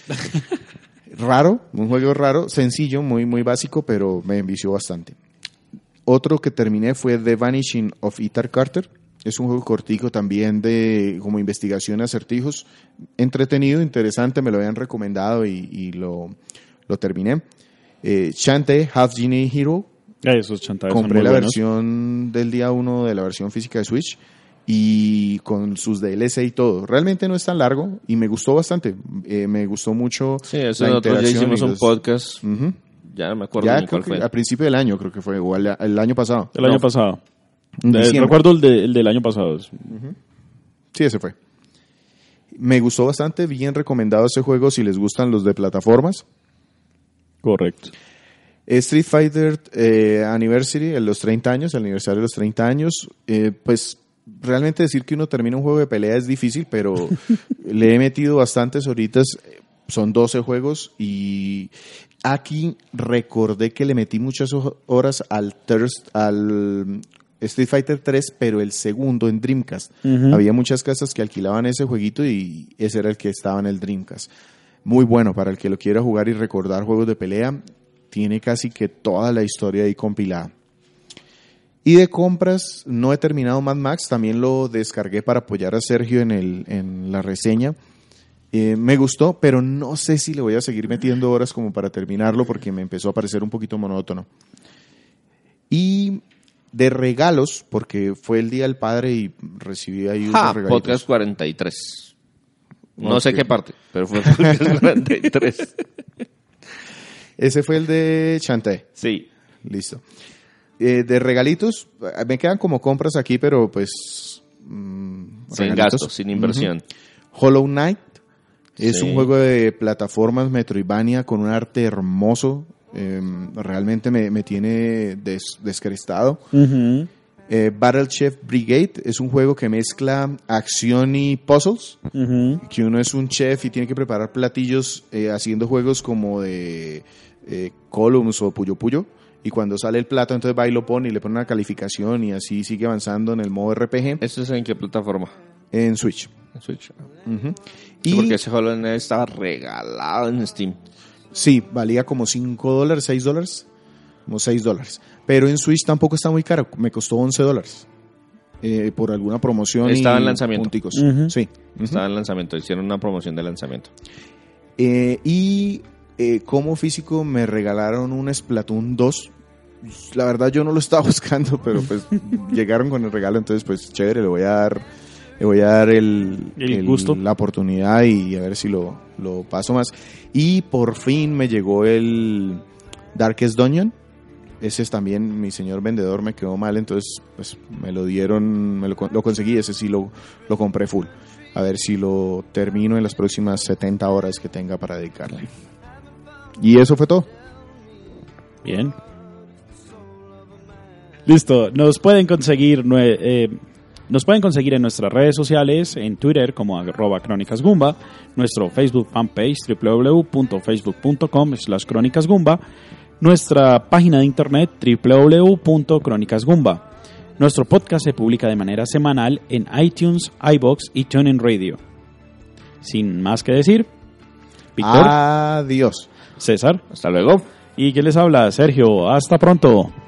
Raro. Un juego raro. Sencillo, muy, muy básico, pero me envició bastante. Otro que terminé fue The Vanishing of Ethan Carter. Es un juego cortico también de como investigación de acertijos. Entretenido, interesante. Me lo habían recomendado y lo terminé. Shantae, Half Genie Hero. Esos chantajes Compré son muy la buenos. versión del día 1 de la versión física de Switch y con sus DLC y todo. Realmente no es tan largo y me gustó bastante. Me gustó mucho. Sí, eso la nosotros ya interacción hicimos y un los- podcast. Ujú. Ya no me acuerdo Ya ni cuál creo que fue. a principio del año creo que fue, o el año pasado. El año pasado. En diciembre. Recuerdo el del año pasado. Sí, ese fue. Me gustó bastante, bien recomendado ese juego si les gustan los de plataformas. Correcto. Street Fighter Anniversary, el aniversario de los 30 años, pues realmente decir que uno termina un juego de pelea es difícil, pero le he metido bastantes horitas. Son 12 juegos y aquí recordé que le metí muchas horas al Street Fighter 3, pero el segundo en Dreamcast. Había muchas casas que alquilaban ese jueguito y ese era el que estaba en el Dreamcast. Muy bueno para el que lo quiera jugar y recordar juegos de pelea. Tiene casi que toda la historia ahí compilada. Y de compras, no he terminado Mad Max, también lo descargué para apoyar a Sergio en la reseña. Me gustó, pero no sé si le voy a seguir metiendo horas como para terminarlo porque me empezó a parecer un poquito monótono. Y de regalos, porque fue el Día del Padre y recibí ahí unos regalitos. Podcast 43. No sé qué parte, pero fue Podcast 43. Ese fue el de Shantae. Sí. Listo. De regalitos, me quedan como compras aquí, pero pues... sin gasto, sin inversión. Hollow Knight es un juego de plataformas Metroidvania con un arte hermoso. Realmente me tiene descrestado. Battle Chef Brigade es un juego que mezcla acción y puzzles. Que uno es un chef y tiene que preparar platillos haciendo juegos como de Columns o Puyo Puyo. Y cuando sale el plato, entonces va y lo pone y le pone una calificación y así sigue avanzando en el modo RPG. ¿Esto es en qué plataforma? En Switch. En Switch. Sí, porque ese Hollow Knight estaba regalado en Steam. Sí, valía como $5, $6, como $6. Pero en Switch tampoco está muy caro, me costó $11 por alguna promoción. Estaba en lanzamiento. Sí. Estaba en lanzamiento, hicieron una promoción de lanzamiento. Como físico me regalaron un Splatoon 2. La verdad yo no lo estaba buscando, pero pues llegaron con el regalo, entonces pues chévere, le voy a dar el gusto, la oportunidad y a ver si lo paso más. Y por fin me llegó el Darkest Dungeon. Ese es también, mi señor vendedor me quedó mal, entonces pues me lo dieron, lo conseguí, ese sí lo compré full. A ver si lo termino en las próximas 70 horas que tenga para dedicarle. Y eso fue todo. Bien. Listo, nos pueden conseguir en nuestras redes sociales, en Twitter como @crónicasgumba, nuestro Facebook fanpage www.facebook.com/crónicasgumba, nuestra página de internet www.crónicasgumba. Nuestro podcast se publica de manera semanal en iTunes, iVoox y TuneIn Radio. Sin más que decir, Víctor. Adiós. César. Hasta luego. ¿Y qué les habla? Sergio. Hasta pronto.